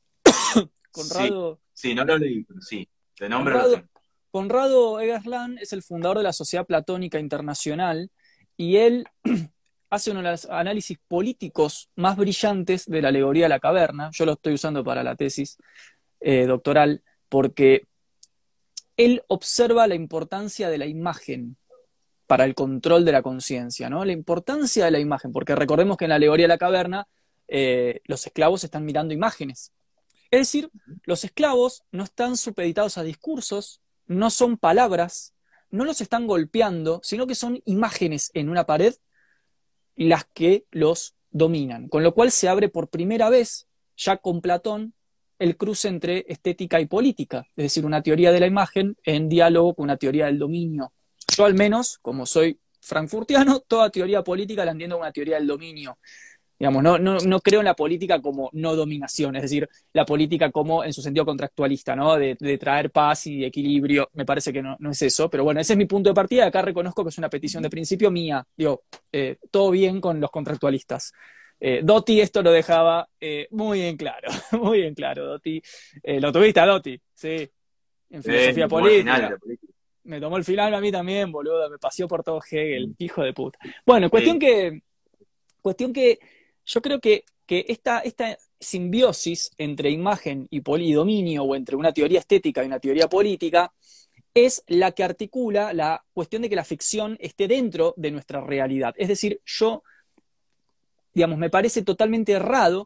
Sí, Conrado, sí, no lo leí, pero sí, de nombre lo Conrado, tengo. Conrado Egerslan es el fundador de la Sociedad Platónica Internacional y él hace uno de los análisis políticos más brillantes de la alegoría de la caverna. Yo lo estoy usando para la tesis eh, doctoral porque él observa la importancia de la imagen para el control de la conciencia, ¿no? La importancia de la imagen, porque recordemos que en la alegoría de la caverna eh, los esclavos están mirando imágenes. Es decir, los esclavos no están supeditados a discursos, no son palabras, no los están golpeando, sino que son imágenes en una pared las que los dominan. Con lo cual se abre por primera vez, ya con Platón, el cruce entre estética y política, es decir, una teoría de la imagen en diálogo con una teoría del dominio. Yo al menos, como soy frankfurtiano, toda teoría política la entiendo como una teoría del dominio. Digamos, no, no, no creo en la política como no dominación, es decir, la política como en su sentido contractualista, ¿no? De, de traer paz y equilibrio, me parece que no, no es eso, pero bueno, ese es mi punto de partida, acá reconozco que es una petición de principio mía, digo, eh, todo bien con los contractualistas. Eh, Dotti esto lo dejaba eh, muy en claro, muy en claro, Dotti. Eh, lo tuviste a Dotti, sí, en Eh, filosofía me tomó el final de política. la película. Me tomó el final a mí también, boludo, me paseó por todo Hegel, hijo de puta. Bueno, cuestión Sí. que Cuestión que yo creo que, que esta, esta simbiosis entre imagen y polidominio, o entre una teoría estética y una teoría política, es la que articula la cuestión de que la ficción esté dentro de nuestra realidad. Es decir, yo, digamos, me parece totalmente errado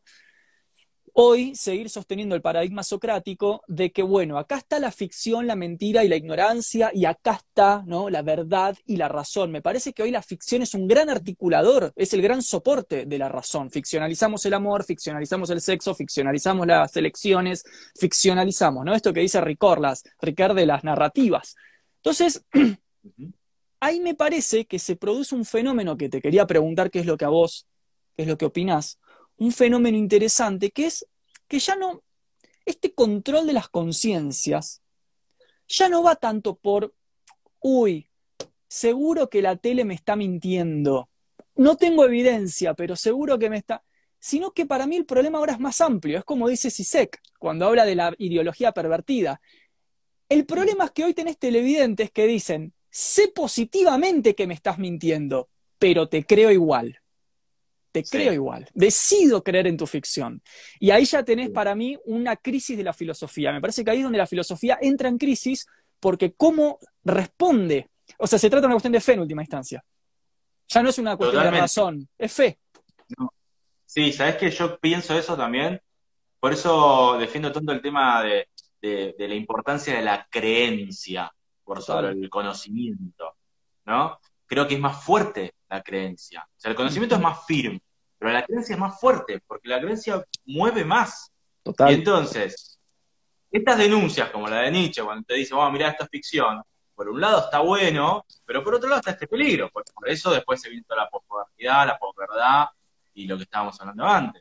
hoy seguir sosteniendo el paradigma socrático de que, bueno, acá está la ficción, la mentira y la ignorancia, y acá está, ¿no?, la verdad y la razón. Me parece que hoy la ficción es un gran articulador, es el gran soporte de la razón. Ficcionalizamos el amor, ficcionalizamos el sexo, ficcionalizamos las elecciones, ficcionalizamos, ¿no? Esto que dice Ricard, las, Ricard de las narrativas. Entonces, Ujú. ahí me parece que se produce un fenómeno que te quería preguntar qué es lo que a vos, qué es lo que opinás, un fenómeno interesante que es que ya no, este control de las conciencias ya no va tanto por, uy, seguro que la tele me está mintiendo, no tengo evidencia, pero seguro que me está, sino que para mí el problema ahora es más amplio, es como dice Zizek cuando habla de la ideología pervertida. El Sí, problema es que hoy tenés televidentes que dicen, sé positivamente que me estás mintiendo, pero te creo igual. Te creo sí, igual, decido creer en tu ficción. Y ahí ya tenés sí. para mí una crisis de la filosofía. Me parece que ahí es donde la filosofía entra en crisis porque cómo responde, o sea, se trata de una cuestión de fe en última instancia. Ya no es una cuestión de Totalmente. razón, es fe. No. Sí, sabes que yo pienso eso también, por eso defiendo tanto el tema de, de- de la importancia de la creencia por sobre Total. el conocimiento, ¿no? Creo que es más fuerte la creencia. O sea, el conocimiento es Ujú. más firme, pero la creencia es más fuerte, porque la creencia mueve más. Y Total. entonces, estas denuncias, como la de Nietzsche, cuando te dice, vamos, mirá, esto es ficción, por un lado está bueno, pero por otro lado está este peligro. Por, por eso después se viene toda la posverdad, la posverdad y lo que estábamos hablando antes.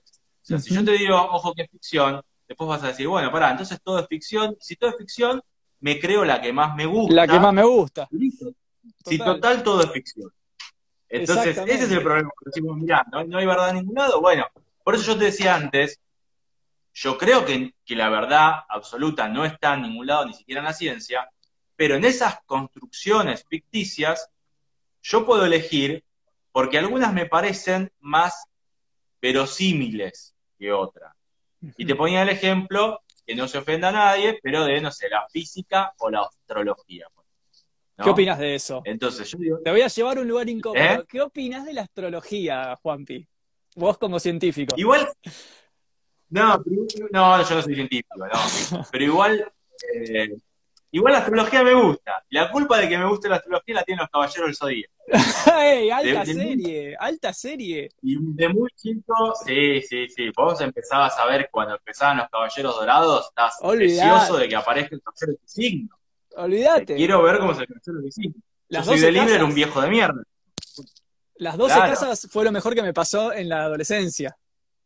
sea, si yo Ujú. te digo, ojo que es ficción, después vas a decir, bueno, pará, entonces todo es ficción. Si todo es ficción, me creo la que más me La que más gusta me gusta, y listo. Si total, total todo es ficción. Entonces, ese es el exactamente. problema. Decimos, mirá, no, no hay verdad en ningún lado. Bueno, por eso yo te decía antes, yo creo que, que la verdad absoluta no está en ningún lado, ni siquiera en la ciencia, pero en esas construcciones ficticias yo puedo elegir, porque algunas me parecen más verosímiles que otras. Y te Ujú. ponía el ejemplo, que no se ofenda a nadie, pero de, no sé, la física o la astrología, ¿Qué ¿no? opinas de eso? Entonces yo digo, Te voy a llevar a un lugar ¿eh? incómodo. ¿Qué opinas de la astrología, Juanpi? Vos como científico. Igual, no, pero- no, yo no soy científico, no. Pero igual, eh, igual la astrología me gusta. La culpa de que me guste la astrología la tienen los caballeros del Zodíaco. ¡Ey! De, ¡Alta de muy, serie! ¡Alta serie! y de muy chico, sí, sí, sí. Vos empezabas a ver cuando empezaban los caballeros dorados, estás deseoso de que Olvídate, aparezca el caballero de tu signo. Te olvídate. quiero ver cómo es el caballero de tu signo. Yo Las soy doce de Libre, era un casas. viejo de mierda. Las doce Claro. casas fue lo mejor que me pasó en la adolescencia.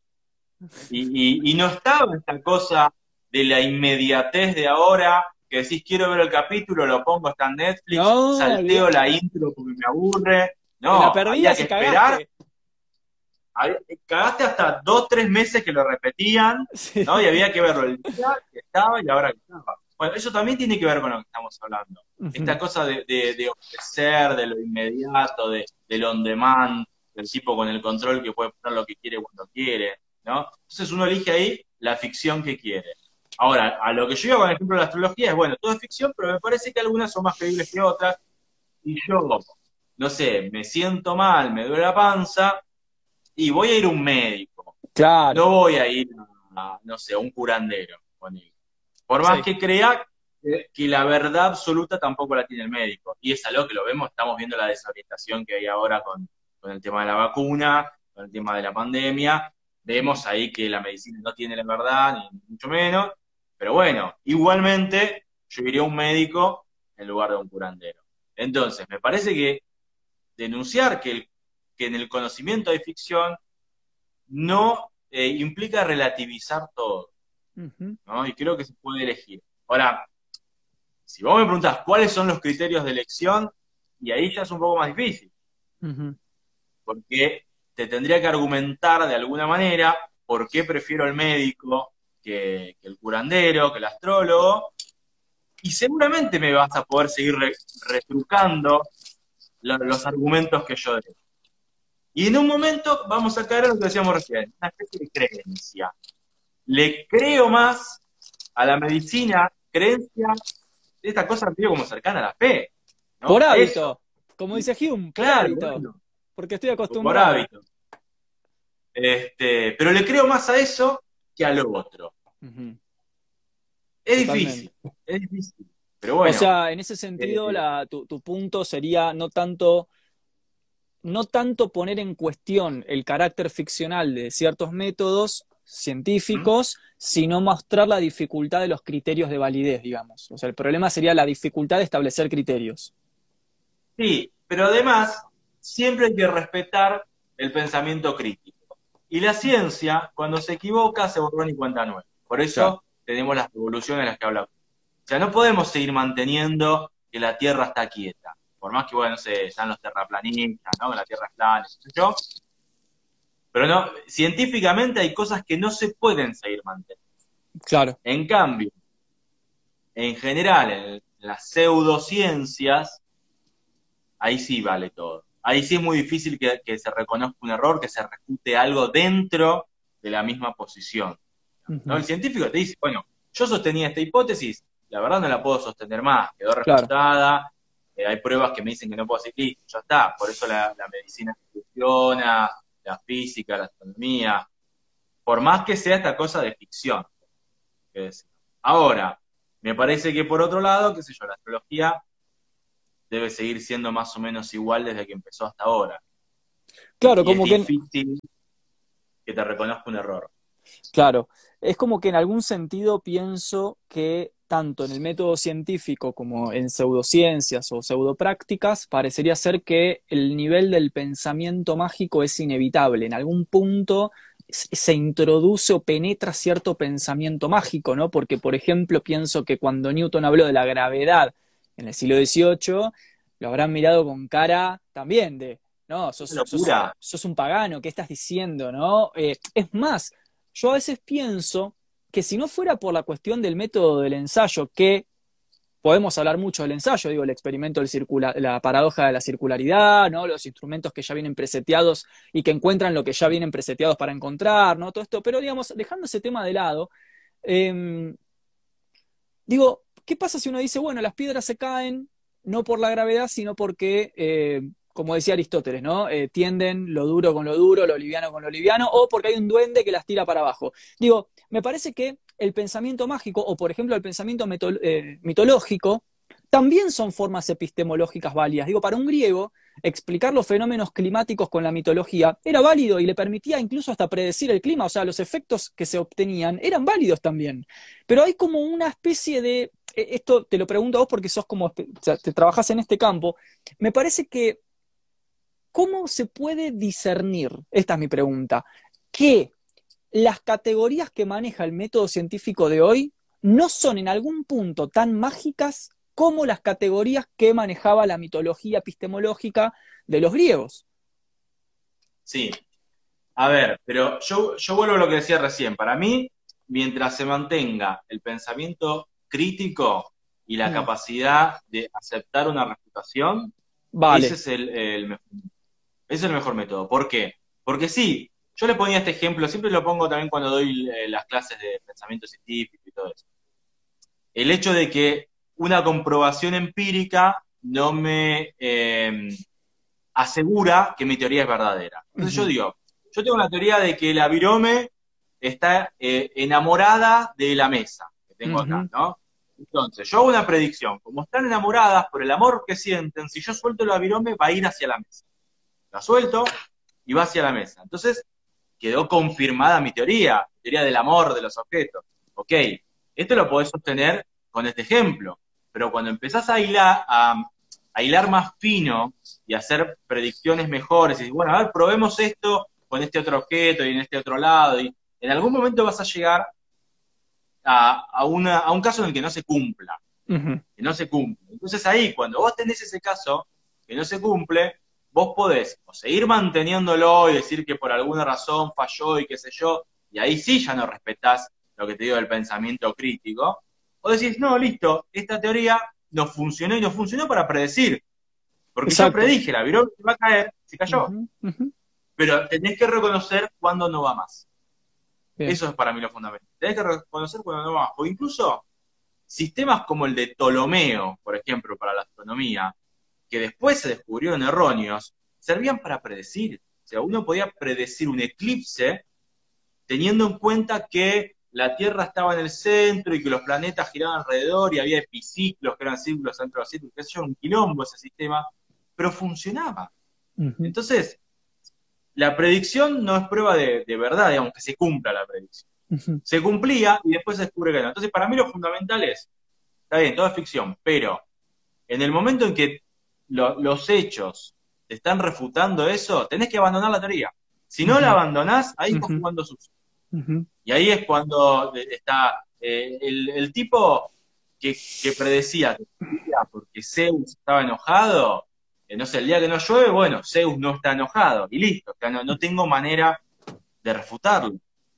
Y, y, y no estaba esta cosa de la inmediatez de ahora, que decís quiero ver el capítulo, lo pongo, está en Netflix, No, salteo la olvídate. intro porque me aburre. Te la No, había perdías que y esperar. cagaste. Había- cagaste hasta dos, tres meses que lo repetían, Sí. ¿no? Y había que verlo el día que estaba y ahora que estaba. Bueno, eso también tiene que ver con lo que estamos hablando. Esta Ujú. cosa de, de, de ofrecer, de lo inmediato, de, del on demand, del tipo con el control que puede poner lo que quiere cuando quiere, ¿no? Entonces uno elige ahí la ficción que quiere. Ahora, a lo que yo iba con el ejemplo de la astrología es, bueno, todo es ficción, pero me parece que algunas son más creíbles que otras. Y yo, no sé, me siento mal, me duele la panza, y voy a ir a un médico. Claro, No voy a ir a, no sé, a un curandero. Ponele. Por más sí. que crea que, que la verdad absoluta tampoco la tiene el médico. Y es algo que lo vemos, estamos viendo la desorientación que hay ahora con, con el tema de la vacuna, con el tema de la pandemia. Vemos ahí que la medicina no tiene la verdad, ni mucho menos. Pero bueno, igualmente yo iría a un médico en lugar de un curandero. Entonces, me parece que denunciar que, el, que en el conocimiento hay ficción no eh, implica relativizar todo, Ujú, ¿no? Y creo que se puede elegir. Ahora, si vos me preguntás cuáles son los criterios de elección, y ahí ya es un poco más difícil, ujú. porque te tendría que argumentar de alguna manera por qué prefiero el médico que, que el curandero, que el astrólogo, y seguramente me vas a poder seguir re, retrucando lo, los argumentos que yo doy. Y en un momento vamos a caer en lo que decíamos recién, una especie de creencia. Le creo más a la medicina, creencia, esta cosa medio como cercana a la fe, Por ¿no? A eso. hábito. Como dice Hume, por Claro, hábito. bueno, Porque estoy por acostumbrado. hábito. Este, pero le creo más a eso que a lo otro. Ujú, Es totalmente. difícil, es difícil. Pero O bueno, sea, en ese sentido, eh, la, tu, tu punto sería no tanto, no tanto poner en cuestión el carácter ficcional de ciertos métodos ¿Mm? científicos, sino mostrar la dificultad de los criterios de validez, digamos. O sea, el problema sería la dificultad de establecer criterios. Sí, pero además siempre hay que respetar el pensamiento crítico. Y la ciencia, cuando se equivoca, se borró y cuenta nueva. Por Claro, eso tenemos las revoluciones de las que hablamos. O sea, no podemos seguir manteniendo que la Tierra está quieta. Por más que, bueno, no sé, están los terraplanistas, ¿no? Que la Tierra es plana, qué sé yo. Pero no, científicamente hay cosas que no se pueden seguir manteniendo. claro. En cambio, en general, en las pseudociencias, ahí sí vale todo. Ahí sí es muy difícil que, que se reconozca un error, que se refute algo dentro de la misma posición, ¿no? Ujú, El científico te dice, bueno, yo sostenía esta hipótesis, la verdad no la puedo sostener más, quedó claro. refutada, eh, hay pruebas que me dicen que no puedo seguir, listo, ya está. Por eso la, la medicina funciona, la física, la astronomía, por más que sea esta cosa de ficción. Que decir. Ahora, me parece que por otro lado, qué sé yo, la astrología debe seguir siendo más o menos igual desde que empezó hasta ahora. Claro, Y, y es como que difícil que te reconozca un error. Claro, es como que en algún sentido pienso que tanto en el método científico como en pseudociencias o pseudoprácticas parecería ser que el nivel del pensamiento mágico es inevitable. En algún punto se introduce o penetra cierto pensamiento mágico, ¿no? Porque, por ejemplo, pienso que cuando Newton habló de la gravedad en el siglo dieciocho, lo habrán mirado con cara también de, no, Una sos, sos, locura. sos un pagano, ¿qué estás diciendo, no? Eh, es más, yo a veces pienso que si no fuera por la cuestión del método del ensayo, que podemos hablar mucho del ensayo, digo, el experimento del circula, la paradoja de la circularidad, ¿no? Los instrumentos que ya vienen preseteados y que encuentran lo que ya vienen preseteados para encontrar, ¿no? Todo esto, pero digamos, dejando ese tema de lado, eh, digo, ¿qué pasa si uno dice, bueno, las piedras se caen no por la gravedad, sino porque, eh, como decía Aristóteles, ¿no? Eh, tienden lo duro con lo duro, lo liviano con lo liviano, o porque hay un duende que las tira para abajo. Digo, me parece que el pensamiento mágico, o por ejemplo el pensamiento meto, eh, mitológico, también son formas epistemológicas válidas. Digo, para un griego, explicar los fenómenos climáticos con la mitología era válido y le permitía incluso hasta predecir el clima, o sea, los efectos que se obtenían eran válidos también. Pero hay como una especie de, esto te lo pregunto a vos porque sos como, o sea, te trabajás en este campo, me parece que, ¿cómo se puede discernir? Esta es mi pregunta, que las categorías que maneja el método científico de hoy no son en algún punto tan mágicas como las categorías que manejaba la mitología epistemológica de los griegos? Sí, a ver, pero yo, yo vuelvo a lo que decía recién. Para mí, mientras se mantenga el pensamiento crítico y la Mm. capacidad de aceptar una refutación, ese Vale. es el, el mejor, ese es el mejor método. ¿Por qué? Porque sí, yo le ponía este ejemplo, siempre lo pongo también cuando doy eh, las clases de pensamiento científico y todo eso. El hecho de que una comprobación empírica no me eh, asegura que mi teoría es verdadera. Entonces yo Ujú. digo, yo tengo la teoría de que la virome está eh, enamorada de la mesa que tengo acá, Ujú. ¿no? Entonces, yo hago una predicción. Como están enamoradas por el amor que sienten, si yo suelto la virome, va a ir hacia la mesa. La suelto y va hacia la mesa. Entonces, quedó confirmada mi teoría, mi teoría del amor de los objetos. Ok, esto lo podés sostener con este ejemplo, pero cuando empezás a hilar, a, a hilar más fino y a hacer predicciones mejores, y bueno, a ver, probemos esto con este otro objeto y en este otro lado, y en algún momento vas a llegar a, a, una, a un caso en el que no se cumpla, Ujú. que no se cumple. Entonces ahí, cuando vos tenés ese caso que no se cumple, vos podés o seguir manteniéndolo y decir que por alguna razón falló y qué sé yo, y ahí sí ya no respetás lo que te digo del pensamiento crítico, o decís, no, listo, esta teoría no funcionó y no funcionó para predecir, porque yo Exacto. predije, la virome va a caer, se cayó, Ujú. Ujú. pero tenés que reconocer cuándo no va más. Bien. Eso es para mí lo fundamental. Tenés que reconocer cuándo no va más, o incluso sistemas como el de Ptolomeo, por ejemplo, para la astronomía, que después se descubrieron erróneos, servían para predecir. O sea, uno podía predecir un eclipse teniendo en cuenta que la Tierra estaba en el centro y que los planetas giraban alrededor y había epiciclos que eran círculos dentro de los círculos, que eso era un quilombo ese sistema, pero funcionaba. Ujú. Entonces, la predicción no es prueba de, de verdad, digamos, que se cumpla la predicción. Ujú. Se cumplía y después se descubre que no. Entonces, para mí lo fundamental es, está bien, toda es ficción, pero en el momento en que lo, los hechos te están refutando eso, tenés que abandonar la teoría. Si no la Ujú. abandonás, ahí estás Ujú. jugando sucio. Ujú. Y ahí es cuando está eh, el, el, tipo que, que predecía que porque Zeus estaba enojado, eh, no sé, el día que no llueve, bueno, Zeus no está enojado, y listo, o sea, no, no tengo manera de refutarlo.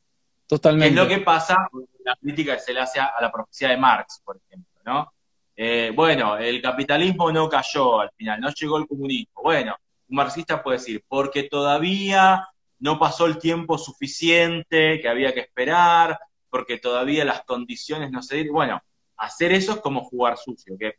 Que es lo Totalmente. que pasa con la crítica que se le hace a la profecía de Marx, por ejemplo, ¿no? Eh, bueno, el capitalismo no cayó al final, no llegó el comunismo. Bueno, un marxista puede decir, porque todavía no pasó el tiempo suficiente que había que esperar, porque todavía las condiciones no se dieron. Bueno, hacer eso es como jugar sucio, que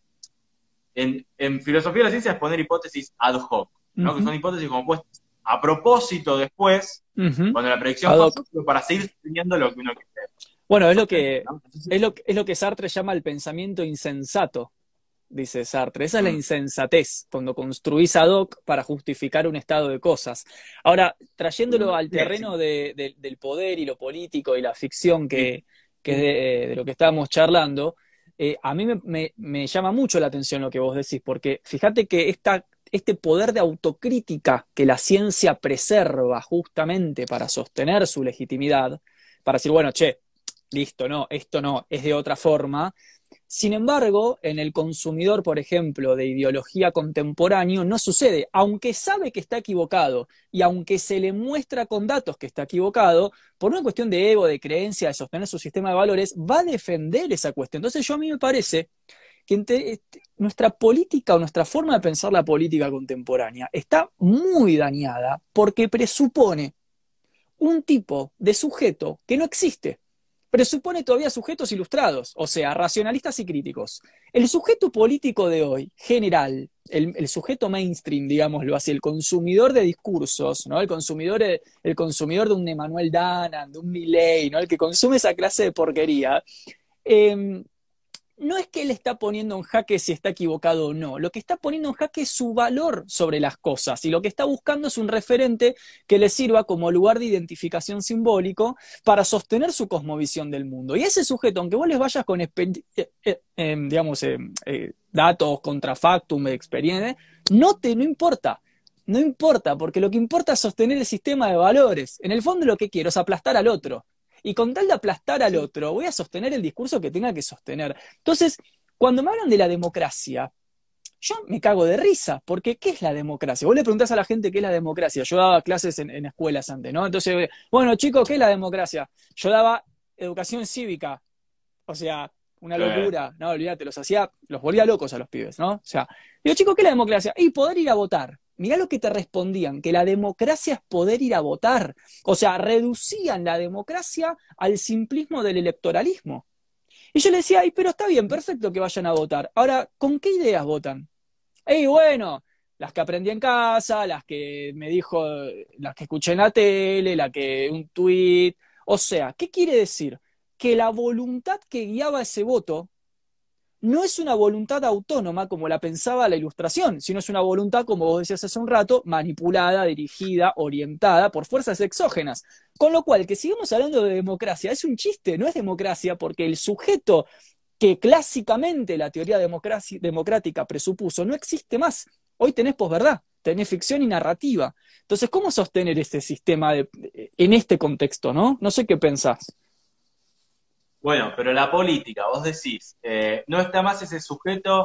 en, en filosofía de la ciencia es poner hipótesis ad hoc, ¿no? Que Ujú. son hipótesis como puestas a propósito después, Ujú. cuando la predicción Ad pasó, hoc. pero para seguir sosteniendo lo que uno quiere Bueno, es lo sostener, que, ¿no? Entonces, es lo, es lo que Sartre llama el pensamiento insensato, dice Sartre. Esa es la mm, insensatez, cuando construís ad hoc para justificar un estado de cosas. Ahora, trayéndolo al bien, sí, terreno de- de- del poder y lo político y la ficción, sí, que, que es de, de lo que estábamos charlando, eh, a mí me, me- me llama mucho la atención lo que vos decís, porque fíjate que esta, este poder de autocrítica que la ciencia preserva justamente para sostener su legitimidad, para decir, bueno, che, listo, no, esto no, es de otra forma. Sin embargo, en el consumidor, por ejemplo, de ideología contemporáneo, no sucede. Aunque sabe que está equivocado y aunque se le muestra con datos que está equivocado, por una cuestión de ego, de creencia, de sostener su sistema de valores, va a defender esa cuestión. Entonces, yo a mí me parece que entre, nuestra política o nuestra forma de pensar la política contemporánea está muy dañada porque presupone un tipo de sujeto que no existe. Presupone todavía sujetos ilustrados, o sea, racionalistas y críticos. El sujeto político de hoy, general, el, el sujeto mainstream, digámoslo así, el consumidor de discursos, ¿no? El consumidor, el consumidor de un Emmanuel Danan, de un Milei, ¿no? El que consume esa clase de porquería, eh, no es que él está poniendo en jaque si está equivocado o no, lo que está poniendo en jaque es su valor sobre las cosas y lo que está buscando es un referente que le sirva como lugar de identificación simbólico para sostener su cosmovisión del mundo. Y ese sujeto, aunque vos les vayas con eh, eh, eh, digamos, eh, eh, datos, contrafactum, experiencia, no te no importa. No importa, porque lo que importa es sostener el sistema de valores. En el fondo lo que quiero es aplastar al otro. Y con tal de aplastar al otro, voy a sostener el discurso que tenga que sostener. Entonces, cuando me hablan de la democracia, yo me cago de risa, porque ¿qué es la democracia? Vos le preguntás a la gente qué es la democracia. Yo daba clases en, en escuelas antes, ¿no? Entonces, bueno, chicos, ¿qué es la democracia? Yo daba educación cívica. O sea, una locura. No, olvídate, los hacía, los volvía locos a los pibes, ¿no? O sea, digo, chicos, ¿qué es la democracia? Y poder ir a votar. Mirá lo que te respondían, que la democracia es poder ir a votar. O sea, reducían la democracia al simplismo del electoralismo. Y yo le decía, ay, pero está bien, perfecto que vayan a votar. Ahora, ¿con qué ideas votan? Y bueno, las que aprendí en casa, las que me dijo, las que escuché en la tele, la que un tuit. O sea, ¿qué quiere decir? Que la voluntad que guiaba ese voto no es una voluntad autónoma como la pensaba la Ilustración, sino es una voluntad, como vos decías hace un rato, manipulada, dirigida, orientada por fuerzas exógenas. Con lo cual, que sigamos hablando de democracia, es un chiste, no es democracia, porque el sujeto que clásicamente la teoría democrática presupuso no existe más. Hoy tenés posverdad, tenés ficción y narrativa. Entonces, ¿cómo sostener este sistema de, en este contexto, no? No sé qué pensás. Bueno, pero la política, vos decís, eh, no está más ese sujeto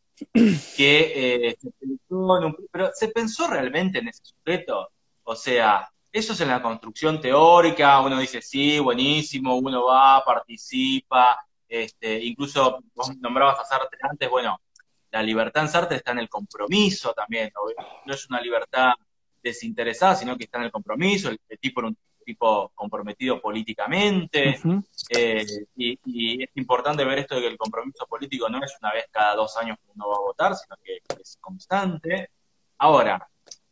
que eh, se pensó en un, pero ¿se pensó realmente en ese sujeto? O sea, eso es en la construcción teórica, uno dice, sí, buenísimo, uno va, participa, este, incluso vos nombrabas a Sartre antes, bueno, la libertad en Sartre está en el compromiso también, no, no es una libertad desinteresada, sino que está en el compromiso, el, el tipo era un tipo comprometido políticamente, Uh-huh. eh, y, y es importante ver esto de que el compromiso político no es una vez cada dos años que uno va a votar, sino que es constante. Ahora,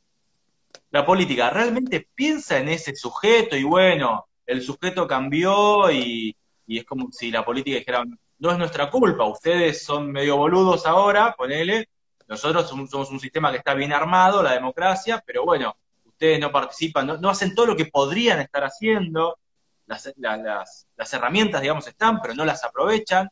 la política realmente piensa en ese sujeto y bueno, el sujeto cambió y, y es como si la política dijera, no es nuestra culpa, ustedes son medio boludos ahora, ponele, nosotros somos, somos un sistema que está bien armado, la democracia, pero bueno, ustedes no participan, no, no hacen todo lo que podrían estar haciendo, las, la, las, las herramientas, digamos, están, pero no las aprovechan.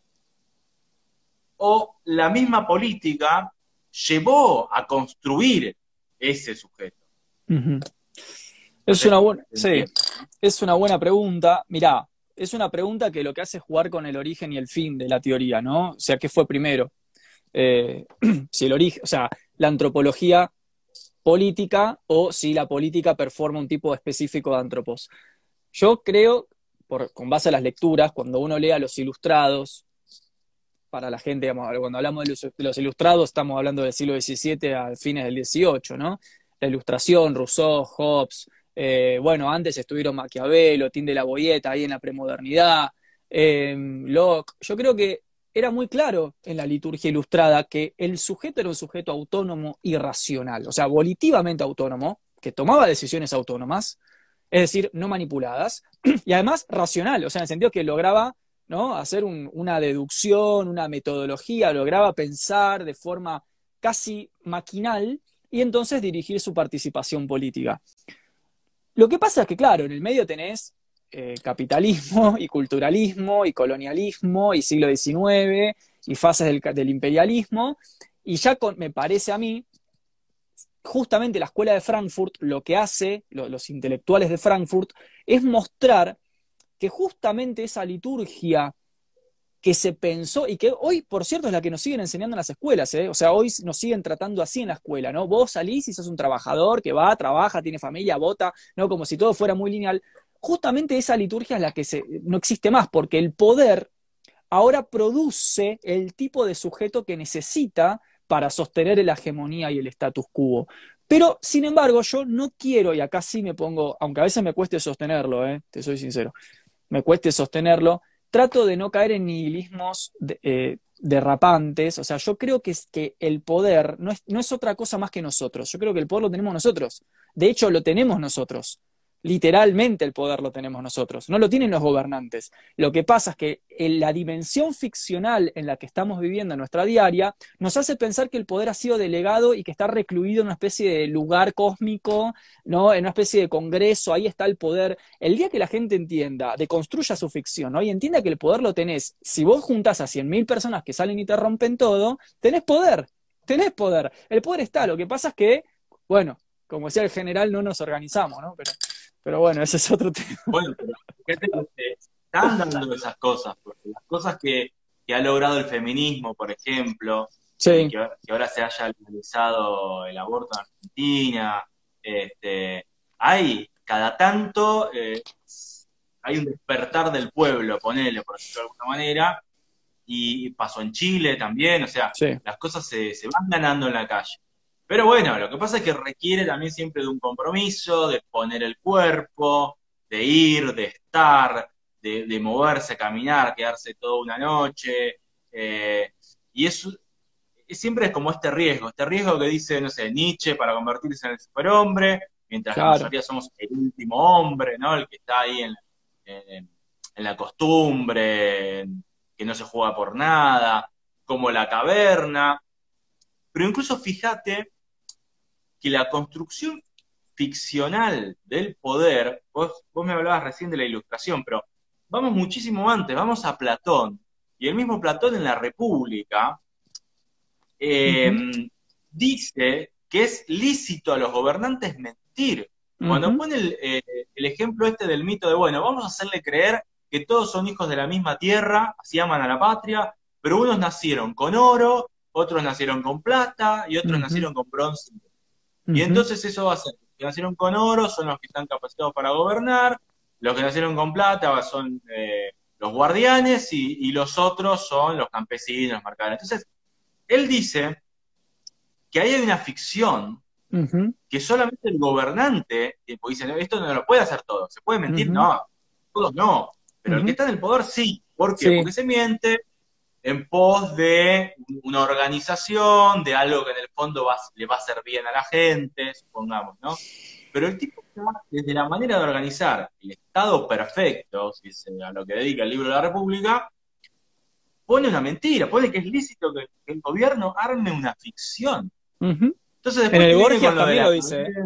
O la misma política llevó a construir ese sujeto. Uh-huh. Es una buena, sí, es una buena pregunta. Mirá, es una pregunta que lo que hace es jugar con el origen y el fin de la teoría, ¿no? O sea, ¿qué fue primero? Eh, si el origen, o sea, la antropología política o si la política performa un tipo específico de antropos. Yo creo, por, con base a las lecturas, cuando uno lee a los ilustrados, para la gente, digamos, cuando hablamos de los, de los ilustrados, estamos hablando del siglo diecisiete a fines del dieciocho, ¿no? La Ilustración, Rousseau, Hobbes, eh, bueno, antes estuvieron Maquiavelo, Tin de la Boyeta, ahí en la premodernidad, eh, Locke. Yo creo que era muy claro en la liturgia ilustrada que el sujeto era un sujeto autónomo y racional, o sea, volitivamente autónomo, que tomaba decisiones autónomas, es decir, no manipuladas, y además racional, o sea, en el sentido que lograba, ¿no?, hacer un, una deducción, una metodología, lograba pensar de forma casi maquinal y entonces dirigir su participación política. Lo que pasa es que, claro, en el medio tenés eh, capitalismo y culturalismo y colonialismo y siglo diecinueve y fases del, del imperialismo, y ya con, me parece a mí justamente la escuela de Frankfurt lo que hace, lo, los intelectuales de Frankfurt, es mostrar que justamente esa liturgia que se pensó, y que hoy, por cierto, es la que nos siguen enseñando en las escuelas, ¿eh? O sea, hoy nos siguen tratando así en la escuela, ¿no? Vos salís y sos un trabajador que va, trabaja, tiene familia, vota, ¿no? Como si todo fuera muy lineal. Justamente esa liturgia es la que se, no existe más, porque el poder ahora produce el tipo de sujeto que necesita para sostener la hegemonía y el status quo. Pero, sin embargo, yo no quiero, y acá sí me pongo, aunque a veces me cueste sostenerlo, ¿eh? Te soy sincero, me cueste sostenerlo, trato de no caer en nihilismos de, eh, derrapantes. O sea, yo creo que, es, que el poder no es, no es otra cosa más que nosotros. Yo creo que el poder lo tenemos nosotros. De hecho, lo tenemos nosotros. Literalmente el poder lo tenemos nosotros, no lo tienen los gobernantes. Lo que pasa es que en la dimensión ficcional en la que estamos viviendo en nuestra diaria nos hace pensar que el poder ha sido delegado y que está recluido en una especie de lugar cósmico, ¿no? En una especie de congreso, ahí está el poder. El día que la gente entienda, deconstruya su ficción, ¿no? Y entienda que el poder lo tenés, si vos juntás a cien mil personas que salen y te rompen todo, tenés poder, tenés poder. El poder está, lo que pasa es que, bueno, como decía el general, no nos organizamos, ¿no? Pero... Pero bueno, ese es otro tema. Bueno, pero fíjate que se están dando esas cosas, porque las cosas que, que ha logrado el feminismo, por ejemplo, sí. que, que ahora se haya legalizado el aborto en Argentina, este, hay cada tanto, eh, hay un despertar del pueblo, ponele, por decirlo de alguna manera, y pasó en Chile también, o sea, sí. las cosas se, se van ganando en la calle. Pero bueno, lo que pasa es que requiere también siempre de un compromiso, de poner el cuerpo, de ir, de estar, de, de moverse, caminar, quedarse toda una noche. Eh, y eso siempre es como este riesgo, este riesgo que dice, no sé, Nietzsche para convertirse en el superhombre, mientras claro. la mayoría somos el último hombre, ¿no? El que está ahí en, en, en la costumbre, en, que no se juega por nada, como la caverna. Pero incluso fíjate que la construcción ficcional del poder, vos, vos me hablabas recién de la Ilustración, pero vamos muchísimo antes, vamos a Platón, y el mismo Platón en la República eh, uh-huh. dice que es lícito a los gobernantes mentir. Cuando uh-huh. pone el, eh, el ejemplo este del mito de, bueno, vamos a hacerle creer que todos son hijos de la misma tierra, así aman a la patria, pero unos nacieron con oro, otros nacieron con plata, y otros uh-huh. nacieron con bronce. Y entonces eso va a ser, los que nacieron con oro son los que están capacitados para gobernar, los que nacieron con plata son eh, los guardianes y, y los otros son los campesinos, los mercaderes. Entonces, él dice que ahí hay una ficción uh-huh. que solamente el gobernante, pues dice, esto no lo puede hacer todo, ¿se puede mentir? Uh-huh. No, todos no, pero uh-huh. el que está en el poder sí. ¿Por qué? Sí. Porque se miente en pos de una organización, de algo que en el fondo va, le va a hacer bien a la gente, supongamos, ¿no? Pero el tipo está desde la manera de organizar el Estado perfecto, que es a lo que dedica el libro de la República, pone una mentira, pone que es lícito que el gobierno arme una ficción. Uh-huh. Entonces, después en el Gorgias lo también lo dice. ¿eh?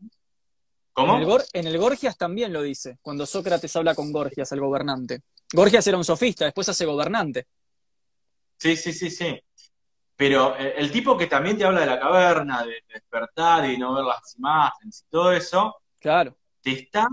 ¿Cómo? En el, Gor- en el Gorgias también lo dice, cuando Sócrates habla con Gorgias, el gobernante. Gorgias era un sofista, después hace gobernante. Sí, sí, sí, sí. Pero el, el tipo que también te habla de la caverna, de, de despertar y no ver las imágenes y todo eso, claro. te está,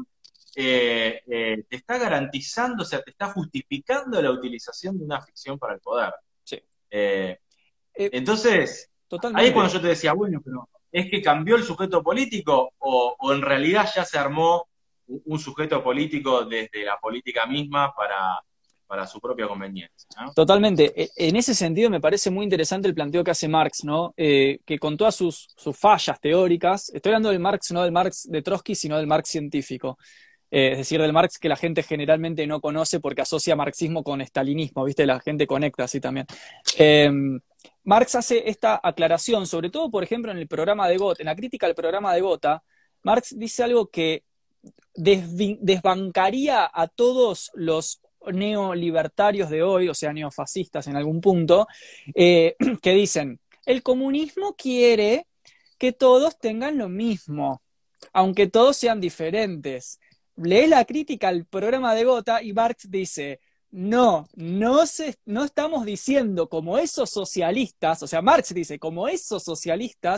eh, eh, te está garantizando, o sea, te está justificando la utilización de una ficción para el poder. Sí. Eh, eh, entonces, totalmente. ahí es cuando yo te decía, bueno, pero ¿es que cambió el sujeto político o, o en realidad ya se armó un, un sujeto político desde la política misma para... para su propia conveniencia, ¿no? Totalmente. En ese sentido me parece muy interesante el planteo que hace Marx, ¿no? Eh, que con todas sus, sus fallas teóricas, estoy hablando del Marx, no del Marx de Trotsky, sino del Marx científico. Eh, es decir, del Marx que la gente generalmente no conoce porque asocia marxismo con estalinismo, ¿viste? La gente conecta así también. Eh, Marx hace esta aclaración, sobre todo, por ejemplo, en el programa de Gotha, en la crítica al programa de Gotha, Marx dice algo que desvi- desbancaría a todos los neolibertarios de hoy, o sea, neofascistas en algún punto, eh, que dicen, el comunismo quiere que todos tengan lo mismo, aunque todos sean diferentes. Lees la crítica al programa de Gotha y Marx dice, no, no, se, no estamos diciendo como esos socialistas, o sea, Marx dice, como esos socialistas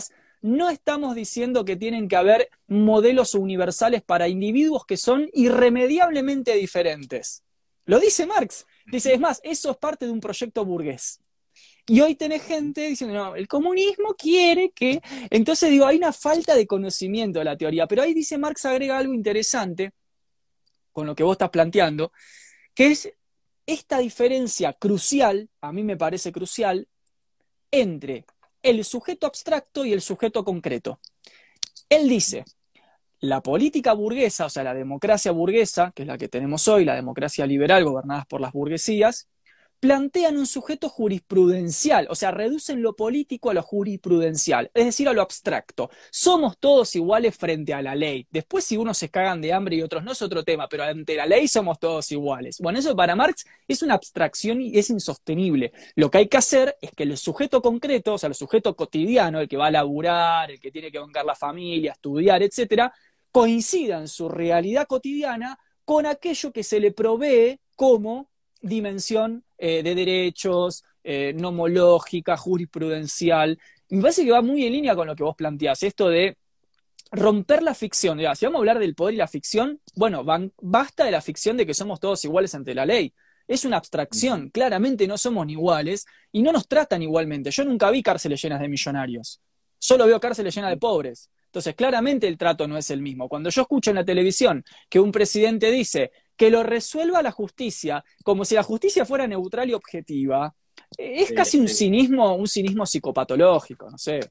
no estamos diciendo que tienen que haber modelos universales para individuos que son irremediablemente diferentes. Lo dice Marx. Dice, es más, eso es parte de un proyecto burgués. Y hoy tenés gente diciendo, no, el comunismo quiere que... Entonces digo, hay una falta de conocimiento de la teoría. Pero ahí dice Marx, agrega algo interesante con lo que vos estás planteando, que es esta diferencia crucial, a mí me parece crucial, entre el sujeto abstracto y el sujeto concreto. Él dice, la política burguesa, o sea, la democracia burguesa, que es la que tenemos hoy, la democracia liberal gobernadas por las burguesías, plantean un sujeto jurisprudencial, o sea, reducen lo político a lo jurisprudencial, es decir, a lo abstracto. Somos todos iguales frente a la ley. Después, si unos se cagan de hambre y otros no, es otro tema, pero ante la ley somos todos iguales. Bueno, eso para Marx es una abstracción y es insostenible. Lo que hay que hacer es que el sujeto concreto, o sea, el sujeto cotidiano, el que va a laburar, el que tiene que bancar la familia, estudiar, etcétera, coincida en su realidad cotidiana con aquello que se le provee como dimensión eh, de derechos, eh, nomológica, jurisprudencial. Me parece que va muy en línea con lo que vos planteás, esto de romper la ficción. Digamos, si vamos a hablar del poder y la ficción, bueno, van, basta de la ficción de que somos todos iguales ante la ley. Es una abstracción, claramente no somos ni iguales y no nos tratan igualmente. Yo nunca vi cárceles llenas de millonarios, solo veo cárceles llenas de pobres. Entonces, claramente el trato no es el mismo. Cuando yo escucho en la televisión que un presidente dice que lo resuelva la justicia, como si la justicia fuera neutral y objetiva, es Sí, casi un sí. cinismo, un cinismo psicopatológico, no sé.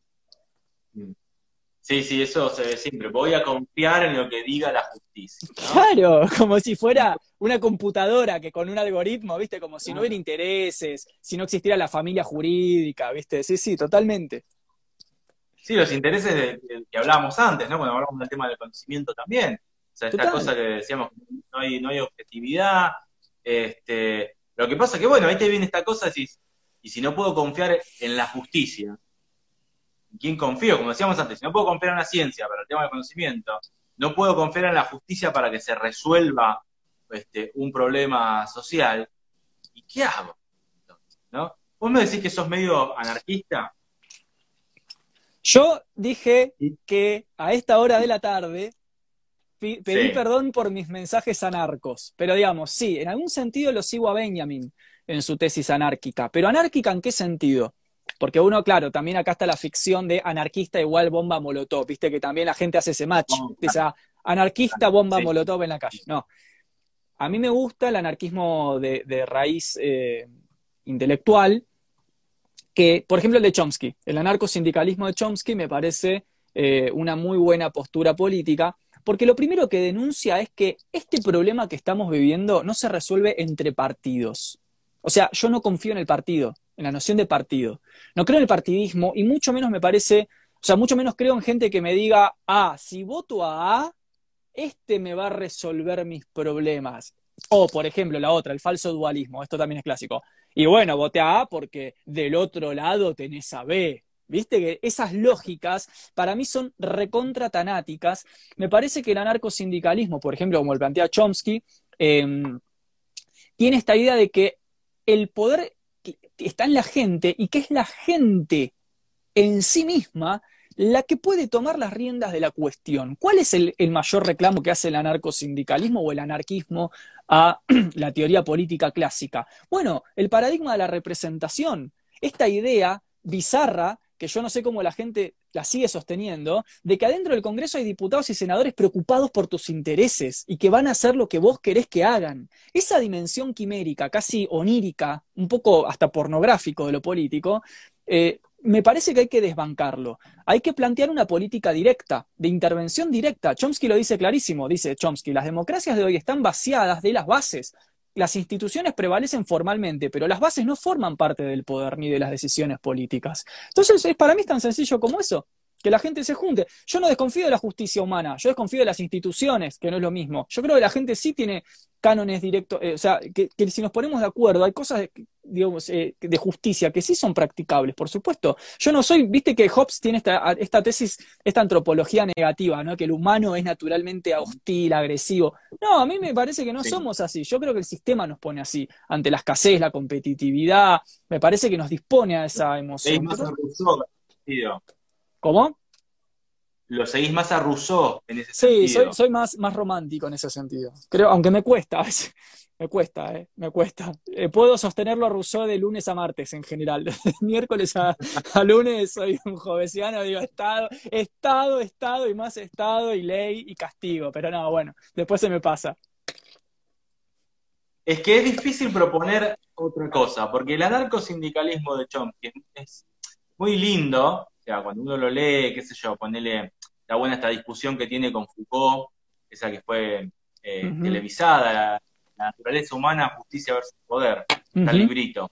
Sí, sí, eso se ve siempre. Voy a confiar en lo que diga la justicia, ¿no? Claro, como si fuera una computadora que con un algoritmo, ¿viste? Como si no hubiera intereses, si no existiera la familia jurídica, ¿viste? Sí, sí, totalmente. Sí, los intereses de, de- que hablábamos antes, ¿no? Cuando hablamos del tema del conocimiento también. O sea, esta Total. cosa que decíamos, no hay, no hay objetividad. Este, lo que pasa que, bueno, ahí te viene esta cosa, decís, y si no puedo confiar en la justicia, ¿en quién confío? Como decíamos antes, si no puedo confiar en la ciencia para el tema del conocimiento, no puedo confiar en la justicia para que se resuelva este, un problema social, ¿y qué hago? Entonces, ¿no? Vos me decís que sos medio anarquista. Yo dije Sí. que a esta hora de la tarde pi- pedí Sí. perdón por mis mensajes anarcos, pero digamos, sí, en algún sentido lo sigo a Benjamin en su tesis anárquica, pero anárquica ¿en qué sentido? Porque uno, claro, también acá está la ficción de anarquista igual bomba molotov, viste que también la gente hace ese match, No, dice, ah, anarquista bomba sí. molotov en la calle. No, a mí me gusta el anarquismo de, de raíz eh, intelectual, que, por ejemplo, el de Chomsky, el anarcosindicalismo de Chomsky me parece eh, una muy buena postura política, porque lo primero que denuncia es que este problema que estamos viviendo no se resuelve entre partidos. O sea, yo no confío en el partido, en la noción de partido. No creo en el partidismo y mucho menos me parece, o sea, mucho menos creo en gente que me diga, ah, si voto a A, este me va a resolver mis problemas. O, por ejemplo, la otra, el falso dualismo, esto también es clásico. Y bueno, voté a A porque del otro lado tenés a B. ¿Viste? Que esas lógicas para mí son recontra tanáticas. Me parece que el anarcosindicalismo, por ejemplo, como lo plantea Chomsky, eh, tiene esta idea de que el poder está en la gente y que es la gente en sí misma la que puede tomar las riendas de la cuestión. ¿Cuál es el, el mayor reclamo que hace el anarcosindicalismo o el anarquismo a la teoría política clásica? Bueno, el paradigma de la representación, esta idea bizarra, que yo no sé cómo la gente la sigue sosteniendo, de que adentro del Congreso hay diputados y senadores preocupados por tus intereses y que van a hacer lo que vos querés que hagan. Esa dimensión quimérica, casi onírica, un poco hasta pornográfico de lo político, eh, me parece que hay que desbancarlo. Hay que plantear una política directa, de intervención directa. Chomsky lo dice clarísimo, dice Chomsky, las democracias de hoy están vaciadas de las bases. Las instituciones prevalecen formalmente, pero las bases no forman parte del poder ni de las decisiones políticas. Entonces, es, para mí es tan sencillo como eso, que la gente se junte. Yo no desconfío de la justicia humana, yo desconfío de las instituciones, que no es lo mismo. Yo creo que la gente sí tiene cánones directos, eh, o sea, que, que si nos ponemos de acuerdo, hay cosas, de, digamos, eh, de justicia que sí son practicables, por supuesto. Yo no soy, viste que Hobbes tiene esta, esta tesis, esta antropología negativa, ¿no? Que el humano es naturalmente hostil, agresivo. No, a mí me parece que no Sí. somos así. Yo creo que el sistema nos pone así, ante la escasez, la competitividad, me parece que nos dispone a esa Leí emoción. más Pero, a Rousseau, en ese sentido. ¿cómo? lo seguís más a Rousseau en ese Sí, soy, sentido. soy más, más romántico en ese sentido. Creo, aunque me cuesta, a veces, me cuesta, eh, me cuesta. Eh, puedo sostenerlo a Rousseau de lunes a martes en general. De miércoles a, a lunes soy un jovesiano, digo, estado, estado, estado y más estado y ley y castigo. Pero no, bueno, después se me pasa. Es que es difícil proponer otra cosa, porque el anarcosindicalismo de Chomsky es muy lindo, o sea, cuando uno lo lee, qué sé yo, ponele, está buena esta discusión que tiene con Foucault, esa que fue eh, Ujú, televisada, la, la naturaleza humana, justicia versus poder, está el ujú, librito.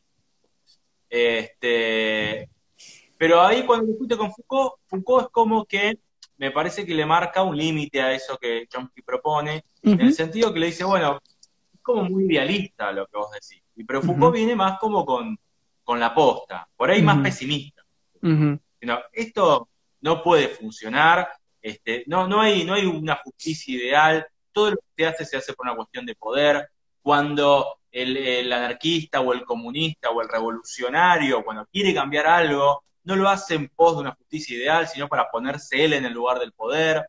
Este, pero ahí cuando discute con Foucault, Foucault es como que me parece que le marca un límite a eso que Chomsky propone, en el ujú, sentido que le dice, bueno, es como muy idealista lo que vos decís. Y pero Foucault ujú, viene más como con, con la posta, por ahí más ujú, pesimista. ujú, No, esto no puede funcionar, este, no, no, hay, no hay una justicia ideal, todo lo que se hace se hace por una cuestión de poder. Cuando el, el anarquista o el comunista o el revolucionario, cuando quiere cambiar algo, no lo hace en pos de una justicia ideal, sino para ponerse él en el lugar del poder.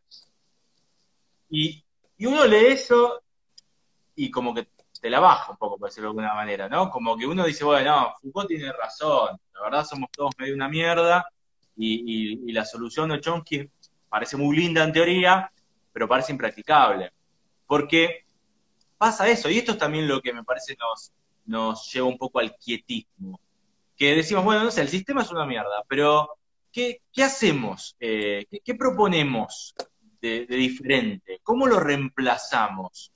Y, y uno lee eso y como que te la baja un poco, por decirlo de alguna manera, ¿no? Como que uno dice, bueno, no, Foucault tiene razón, la verdad somos todos medio una mierda, y, y, y la solución de Chomsky parece muy linda en teoría, pero parece impracticable. Porque pasa eso, y esto es también lo que me parece nos, nos lleva un poco al quietismo. Que decimos, bueno, no sé, el sistema es una mierda, pero ¿qué, qué hacemos? Eh, ¿qué, ¿Qué proponemos de, de diferente? ¿Cómo lo reemplazamos?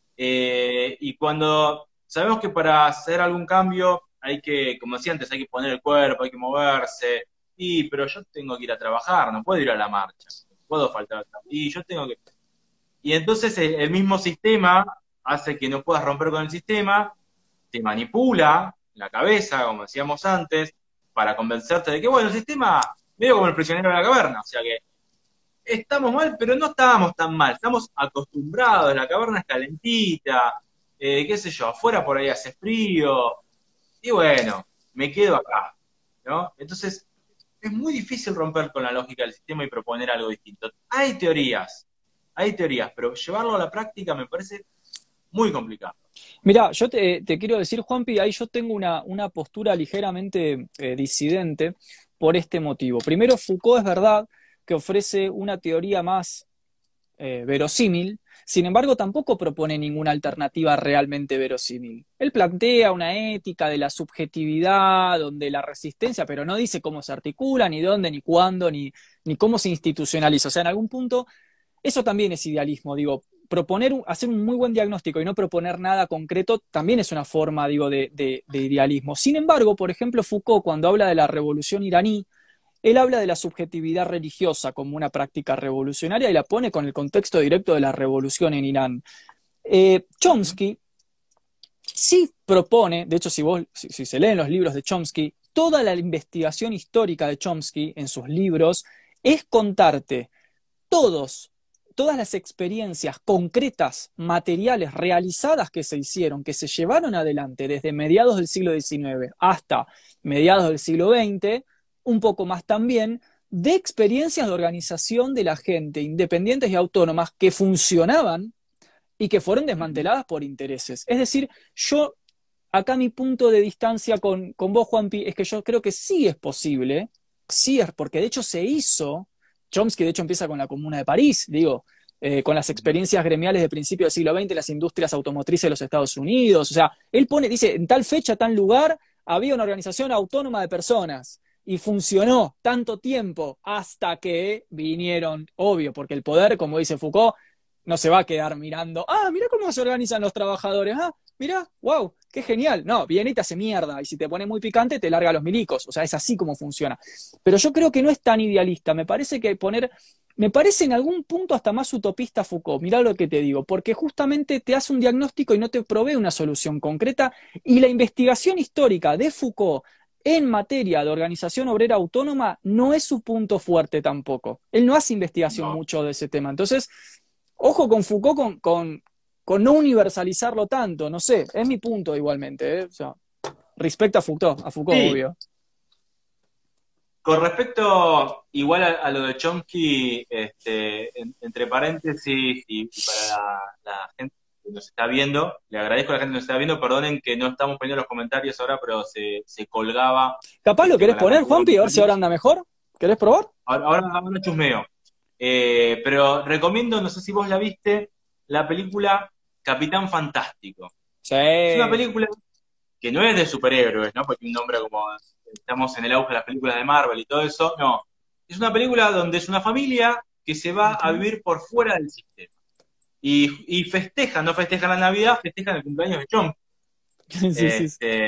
Eh, y cuando sabemos que para hacer algún cambio hay que, como decía antes, hay que poner el cuerpo, hay que moverse, y pero yo tengo que ir a trabajar, no puedo ir a la marcha, no puedo faltar al trabajo, y yo tengo que... Y entonces el, el mismo sistema hace que no puedas romper con el sistema, te manipula la cabeza, como decíamos antes, para convencerte de que, bueno, el sistema, medio como el prisionero de la caverna, o sea que estamos mal, pero no estábamos tan mal, estamos acostumbrados, la caverna es calentita, eh, qué sé yo, afuera por ahí hace frío, y bueno, me quedo acá, ¿no? Entonces, es muy difícil romper con la lógica del sistema y proponer algo distinto. Hay teorías, hay teorías, pero llevarlo a la práctica me parece muy complicado. Mirá, yo te, te quiero decir, Juanpi, ahí yo tengo una, una postura ligeramente eh, disidente por este motivo. Primero, Foucault es verdad que ofrece una teoría más eh, verosímil, sin embargo, tampoco propone ninguna alternativa realmente verosímil. Él plantea una ética de la subjetividad, donde la resistencia, pero no dice cómo se articula, ni dónde, ni cuándo, ni, ni cómo se institucionaliza. O sea, en algún punto eso también es idealismo, digo, proponer, un- hacer un muy buen diagnóstico y no proponer nada concreto también es una forma, digo, de, de- de idealismo. Sin embargo, por ejemplo, Foucault, cuando habla de la revolución iraní, él habla de la subjetividad religiosa como una práctica revolucionaria y la pone con el contexto directo de la revolución en Irán. Eh, Ujú. Chomsky sí propone, de hecho, si, vos, si, si se leen los libros de Chomsky, toda la investigación histórica de Chomsky en sus libros es contarte todos, todas las experiencias concretas, materiales, realizadas que se hicieron, que se llevaron adelante desde mediados del siglo diecinueve hasta mediados del siglo veinte, un poco más también, de experiencias de organización de la gente, independientes y autónomas, que funcionaban y que fueron Ujú. desmanteladas por intereses. Es decir, yo, acá mi punto de distancia con, con vos, Juanpi, es que yo creo que sí es posible, sí es, porque de hecho se hizo. Chomsky de hecho empieza con la Comuna de París, digo, eh, con las Ujú. experiencias gremiales de principio del siglo veinte, las industrias automotrices de los Estados Unidos, o sea, él pone, dice, en tal fecha, tal lugar, había una organización autónoma de personas, y funcionó tanto tiempo hasta que vinieron, obvio, porque el poder, como dice Foucault, no se va a quedar mirando, ah, mira cómo se organizan los trabajadores, ah, mira, wow, qué genial. No, viene y te hace mierda, y si te pone muy picante, te larga los milicos, o sea, es así como funciona. Pero yo creo que no es tan idealista, me parece que poner, me parece en algún punto hasta más utopista Foucault, mirá lo que te digo, porque justamente te hace un diagnóstico y no te provee una solución concreta, y la investigación histórica de Foucault en materia de organización obrera autónoma no es su punto fuerte tampoco. Él no hace investigación No. mucho de ese tema. Entonces, ojo con Foucault con, con, con no universalizarlo tanto, no sé, es mi punto igualmente, ¿eh? O sea, respecto a Foucault, a Foucault, Sí, obvio. Con respecto, igual a, a lo de Chomsky, este, en- entre paréntesis y, y para la, la gente que nos está viendo, le agradezco a la gente que nos está viendo, perdonen que no estamos poniendo los comentarios ahora, pero se, se colgaba Capaz lo este, querés con la poner, cantidad de Juanpi, a ver si ahora comentarios. anda mejor. ¿Querés probar? Ahora, ahora, ahora chusmeo. Eh, pero recomiendo, no sé si vos la viste, la película Capitán Fantástico. Es una Sí. película que no es de superhéroes, ¿no? Porque un nombre como estamos en el auge de las películas de Marvel y todo eso, no. Es una película donde es una familia que se va a Ujú. vivir por fuera del sistema. Y, y festejan, no festejan la Navidad, festejan el cumpleaños de Trump. Sí, sí, sí. Este,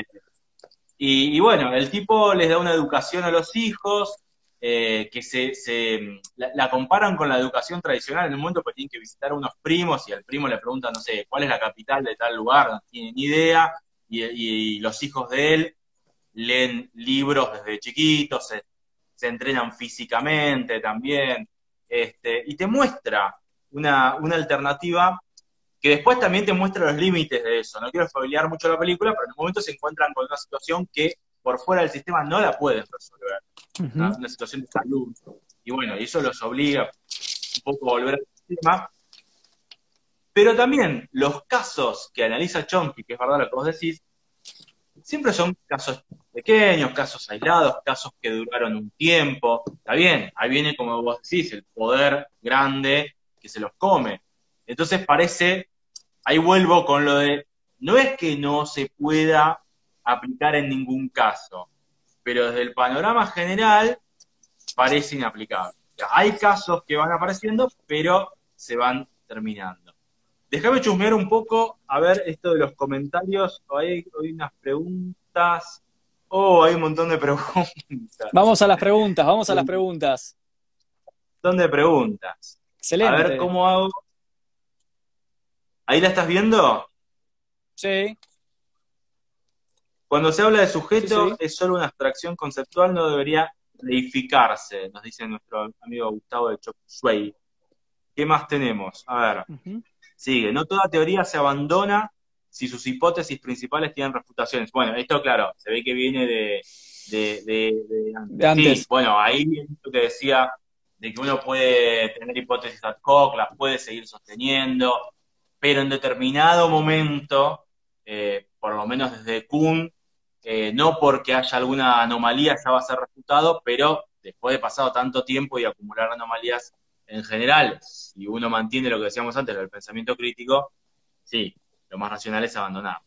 y, y bueno, el tipo les da una educación a los hijos, eh, que se, se la, la comparan con la educación tradicional en un momento porque tienen que visitar a unos primos y al primo le preguntan, no sé, ¿cuál es la capital de tal lugar? No tienen ni idea. Y, y- y los hijos de él leen libros desde chiquitos, se, se entrenan físicamente también, este, y te muestra una, una alternativa que después también te muestra los límites de eso. No quiero spoilear mucho la película, pero en un momento se encuentran con una situación que por fuera del sistema no la pueden resolver, una, Ujú. una situación de salud. Y bueno, y eso los obliga un poco a volver al sistema. Pero también los casos que analiza Chomsky, que es verdad lo que vos decís, siempre son casos pequeños, casos aislados, casos que duraron un tiempo. Está bien, ahí viene, como vos decís, el poder grande que se los come. Entonces parece, ahí vuelvo con lo de, no es que no se pueda aplicar en ningún caso, pero desde el panorama general parece inaplicable. O sea, hay casos que van apareciendo, pero se van terminando. Déjame chusmear un poco, a ver esto de los comentarios. Hay, hay unas preguntas. Oh, hay un montón de preguntas. Vamos a las preguntas, vamos a las Un preguntas. montón de preguntas. A ver Excelente. cómo hago. ¿Ahí la estás viendo? Sí, Cuando se habla de sí, sujeto, sí. es solo una abstracción conceptual, no debería reificarse, nos dice nuestro amigo Gustavo de Chop Suey. ¿Qué más tenemos? A ver. Ujú. Sigue, no toda teoría se abandona si sus hipótesis principales tienen refutaciones. Bueno, esto claro, se ve que viene de, de, de- de De antes. Sí, antes. bueno, ahí viene esto que decía de que uno puede tener hipótesis ad hoc, las puede seguir sosteniendo, pero en determinado momento, eh, por lo menos desde Kuhn, eh, no porque haya alguna anomalía ya va a ser refutado, pero después de pasado tanto tiempo y acumular anomalías en general, si uno mantiene lo que decíamos antes, el pensamiento crítico, sí, lo más racional es abandonar.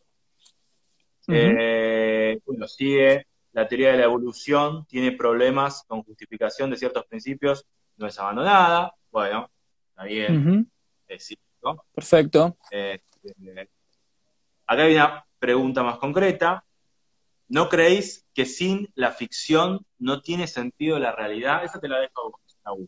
Ujú. Eh, bueno, sigue, la teoría de la evolución tiene problemas con justificación de ciertos principios, no es abandonada, bueno, está bien, Ujú. es cierto. Perfecto. Eh, eh, acá hay una pregunta más concreta. ¿No creéis que sin la ficción no tiene sentido la realidad? Esa te la dejo a vos, Saúl.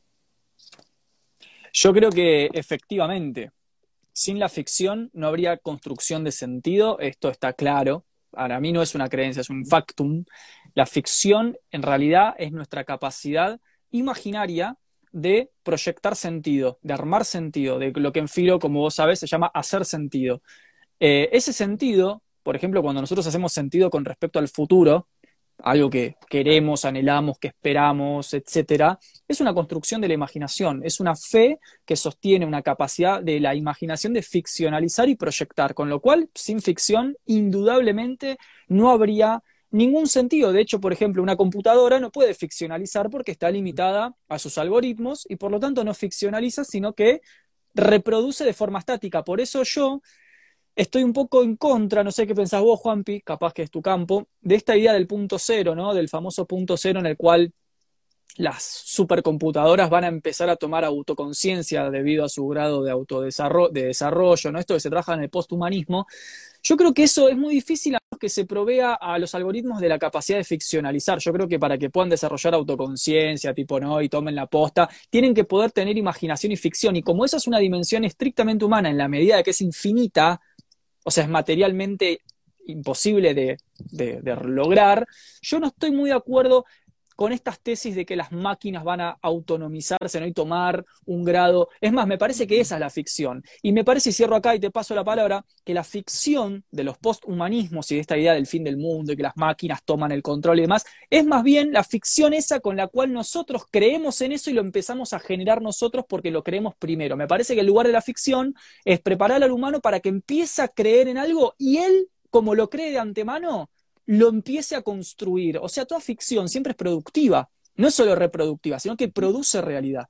Yo creo que efectivamente, sin la ficción no habría construcción de sentido, esto está claro. Para mí no es una creencia, es un factum. La ficción en realidad es nuestra capacidad imaginaria de proyectar sentido, de armar sentido, de lo que en filo, como vos sabés, se llama hacer sentido. Eh, ese sentido, por ejemplo, cuando nosotros hacemos sentido con respecto al futuro, algo que queremos, anhelamos, que esperamos, etcétera, es una construcción de la imaginación, es una fe que sostiene una capacidad de la imaginación de ficcionalizar y proyectar, con lo cual, sin ficción, indudablemente no habría ningún sentido. De hecho, por ejemplo, una computadora no puede ficcionalizar porque está limitada a sus algoritmos y por lo tanto no ficcionaliza, sino que reproduce de forma estática. Por eso yo estoy un poco en contra, no sé qué pensás vos, Juanpi, capaz que es tu campo, de esta idea del punto cero, ¿no? Del famoso punto cero en el cual las supercomputadoras van a empezar a tomar autoconciencia debido a su grado de autodesarrollo, de desarrollo, ¿no? Esto que se trabaja en el posthumanismo. Yo creo que eso es muy difícil a que se provea a los algoritmos de la capacidad de ficcionalizar. Yo creo que para que puedan desarrollar autoconciencia, tipo, ¿no? Y tomen la posta, tienen que poder tener imaginación y ficción. Y como esa es una dimensión estrictamente humana en la medida de que es infinita, o sea, es materialmente imposible de, de, de lograr, yo no estoy muy de acuerdo con estas tesis de que las máquinas van a autonomizarse, ¿no? Y tomar un grado. Es más, me parece que esa es la ficción. Y me parece, y cierro acá y te paso la palabra, que la ficción de los posthumanismos y de esta idea del fin del mundo y que las máquinas toman el control y demás, es más bien la ficción esa con la cual nosotros creemos en eso y lo empezamos a generar nosotros porque lo creemos primero. Me parece que el lugar de la ficción es preparar al humano para que empiece a creer en algo y él, como lo cree de antemano, lo empiece a construir. O sea, toda ficción siempre es productiva, no es solo reproductiva, sino que produce realidad.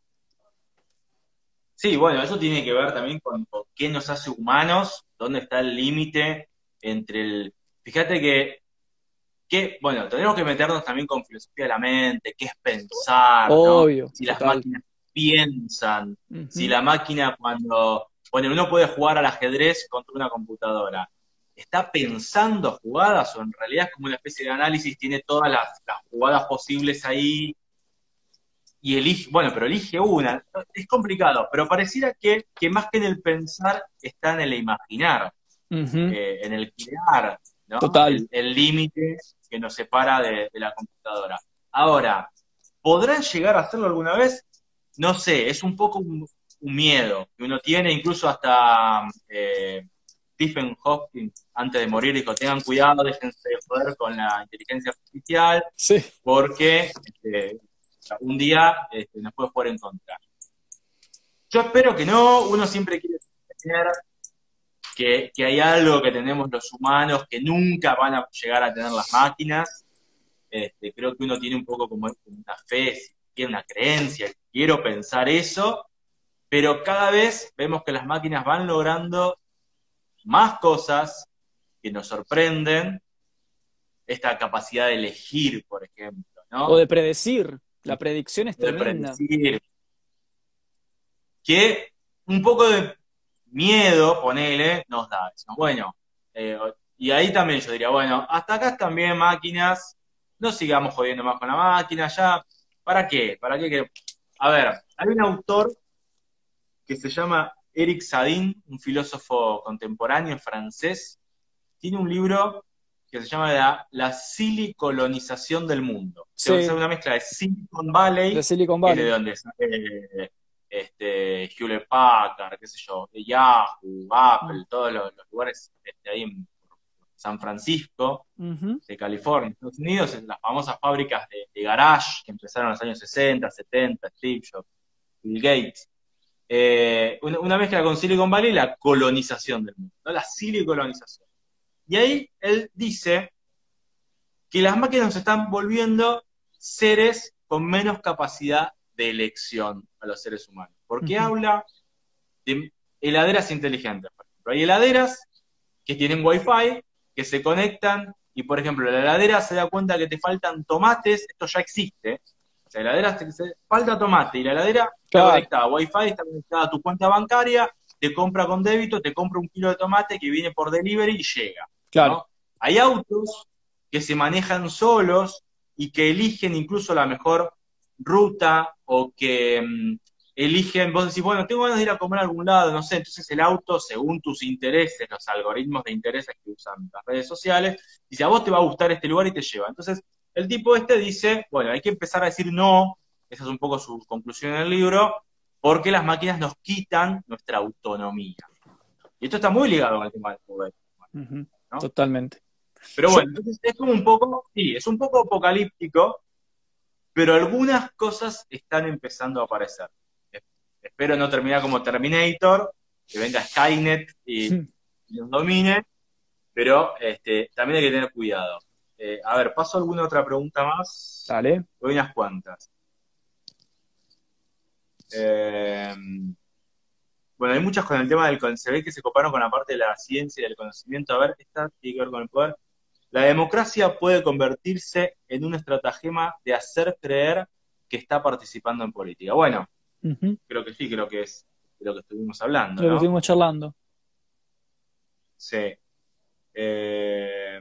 Sí, bueno, eso tiene que ver también con, con qué nos hace humanos, dónde está el límite entre el... Fíjate que, que, bueno, tenemos que meternos también con filosofía de la mente, qué es pensar, ¿no? Obvio, Si las total. máquinas piensan, Uh-huh. si la máquina cuando... Bueno, uno puede jugar al ajedrez contra una computadora. ¿Está pensando jugadas o en realidad es como una especie de análisis, tiene todas las, las jugadas posibles ahí y elige, bueno, pero elige una? Es complicado, pero pareciera que, que más que en el pensar está en el imaginar, Uh-huh. eh, en el crear, ¿no? Total. El límite que nos separa de, de la computadora. Ahora, ¿podrán llegar a hacerlo alguna vez? No sé, es un poco un, un miedo que uno tiene, incluso hasta... Eh, Stephen Hawking, antes de morir, dijo, tengan cuidado, déjense de joder con la inteligencia artificial, Sí. porque este, un día este, nos puede jugar en contra. Yo espero que no, uno siempre quiere tener que, que hay algo que tenemos los humanos que nunca van a llegar a tener las máquinas. Este, creo que uno tiene un poco como una fe, tiene una creencia, quiero pensar eso, pero cada vez vemos que las máquinas van logrando más cosas que nos sorprenden, esta capacidad de elegir, por ejemplo, ¿no? O de predecir. La predicción es de tremenda. predecir, que un poco de miedo, ponele, nos da eso. Bueno, eh, y ahí también yo diría, bueno, hasta acá están bien máquinas, no sigamos jodiendo más con la máquina, ya, ¿para qué? ¿Para qué queremos? A ver, hay un autor que se llama Eric Sadin, un filósofo contemporáneo francés, tiene un libro que se llama La, la silicolonización del mundo. Sí. O sea, es una mezcla de Silicon Valley, De Silicon que es de Valley. donde sale este, Hewlett Packard, qué sé yo, de Yahoo, Apple, Mm. todos los, los lugares este, ahí en San Francisco, Uh-huh. de California, Estados Unidos, las famosas fábricas de, de garage que empezaron en los años sesenta, setenta, Steve Jobs, Bill Gates. Eh, una, una mezcla con Silicon Valley y la colonización del mundo, ¿no? La silicolonización. Y ahí él dice que las máquinas nos están volviendo seres con menos capacidad de elección a los seres humanos. Porque Uh-huh. habla de heladeras inteligentes, por ejemplo. Hay heladeras que tienen wifi, que se conectan, y por ejemplo, la heladera se da cuenta que te faltan tomates, esto ya existe. O sea, la heladera te, te falta tomate, y la heladera está Claro. conectada a wifi, está conectada a tu cuenta bancaria, te compra con débito, te compra un kilo de tomate que viene por delivery y llega. Claro. ¿no? Hay autos que se manejan solos y que eligen incluso la mejor ruta o que mmm, eligen, vos decís, bueno, tengo ganas de ir a comer a algún lado, no sé, entonces el auto, según tus intereses, los algoritmos de intereses que usan las redes sociales, dice, a vos te va a gustar este lugar y te lleva. Entonces, el tipo este dice, bueno, hay que empezar a decir no, esa es un poco su conclusión en el libro, porque las máquinas nos quitan nuestra autonomía. Y esto está muy ligado al tema del poder. Uh-huh. ¿no? Totalmente. Pero Yo... bueno, entonces es como un poco, sí, es un poco apocalíptico, pero algunas cosas están empezando a aparecer. Espero no terminar como Terminator, que venga Skynet y, y nos domine, pero este, también hay que tener cuidado. Eh, a ver, ¿paso alguna otra pregunta más? Dale. Doy unas cuantas. Eh, bueno, hay muchas con el tema del... Se ve que se coparon con la parte de la ciencia y del conocimiento. A ver, esta tiene que ver con el poder. La democracia puede convertirse en un estratagema de hacer creer que está participando en política. Bueno, uh-huh. creo que sí, creo que es de lo que estuvimos hablando, de lo ¿no? que estuvimos charlando. Sí. Eh...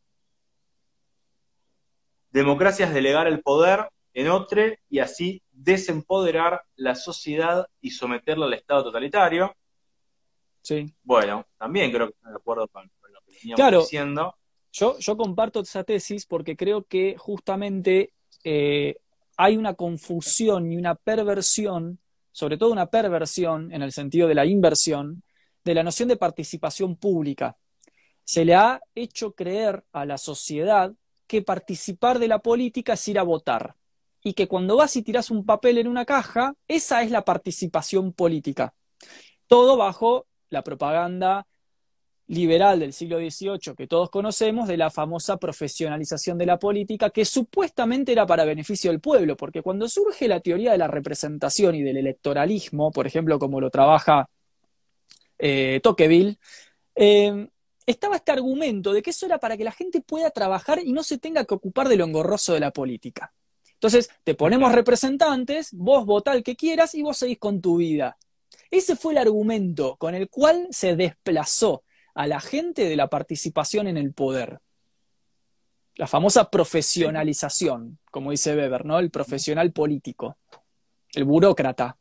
Democracia es delegar el poder en otro y así desempoderar la sociedad y someterla al Estado totalitario. Sí. Bueno, también creo que estoy de acuerdo con, con lo que veníamos claro, diciendo. Yo, yo comparto esa tesis porque creo que justamente eh, hay una confusión y una perversión, sobre todo una perversión en el sentido de la inversión, de la noción de participación pública. Se le ha hecho creer a la sociedad que participar de la política es ir a votar, y que cuando vas y tirás un papel en una caja, esa es la participación política. Todo bajo la propaganda liberal del siglo dieciocho que todos conocemos, de la famosa profesionalización de la política, que supuestamente era para beneficio del pueblo, porque cuando surge la teoría de la representación y del electoralismo, por ejemplo, como lo trabaja eh, Tocqueville, eh, estaba este argumento de que eso era para que la gente pueda trabajar y no se tenga que ocupar de lo engorroso de la política. Entonces, te ponemos representantes, vos votá el que quieras y vos seguís con tu vida. Ese fue el argumento con el cual se desplazó a la gente de la participación en el poder. La famosa profesionalización, como dice Weber, ¿no? El profesional político, el burócrata.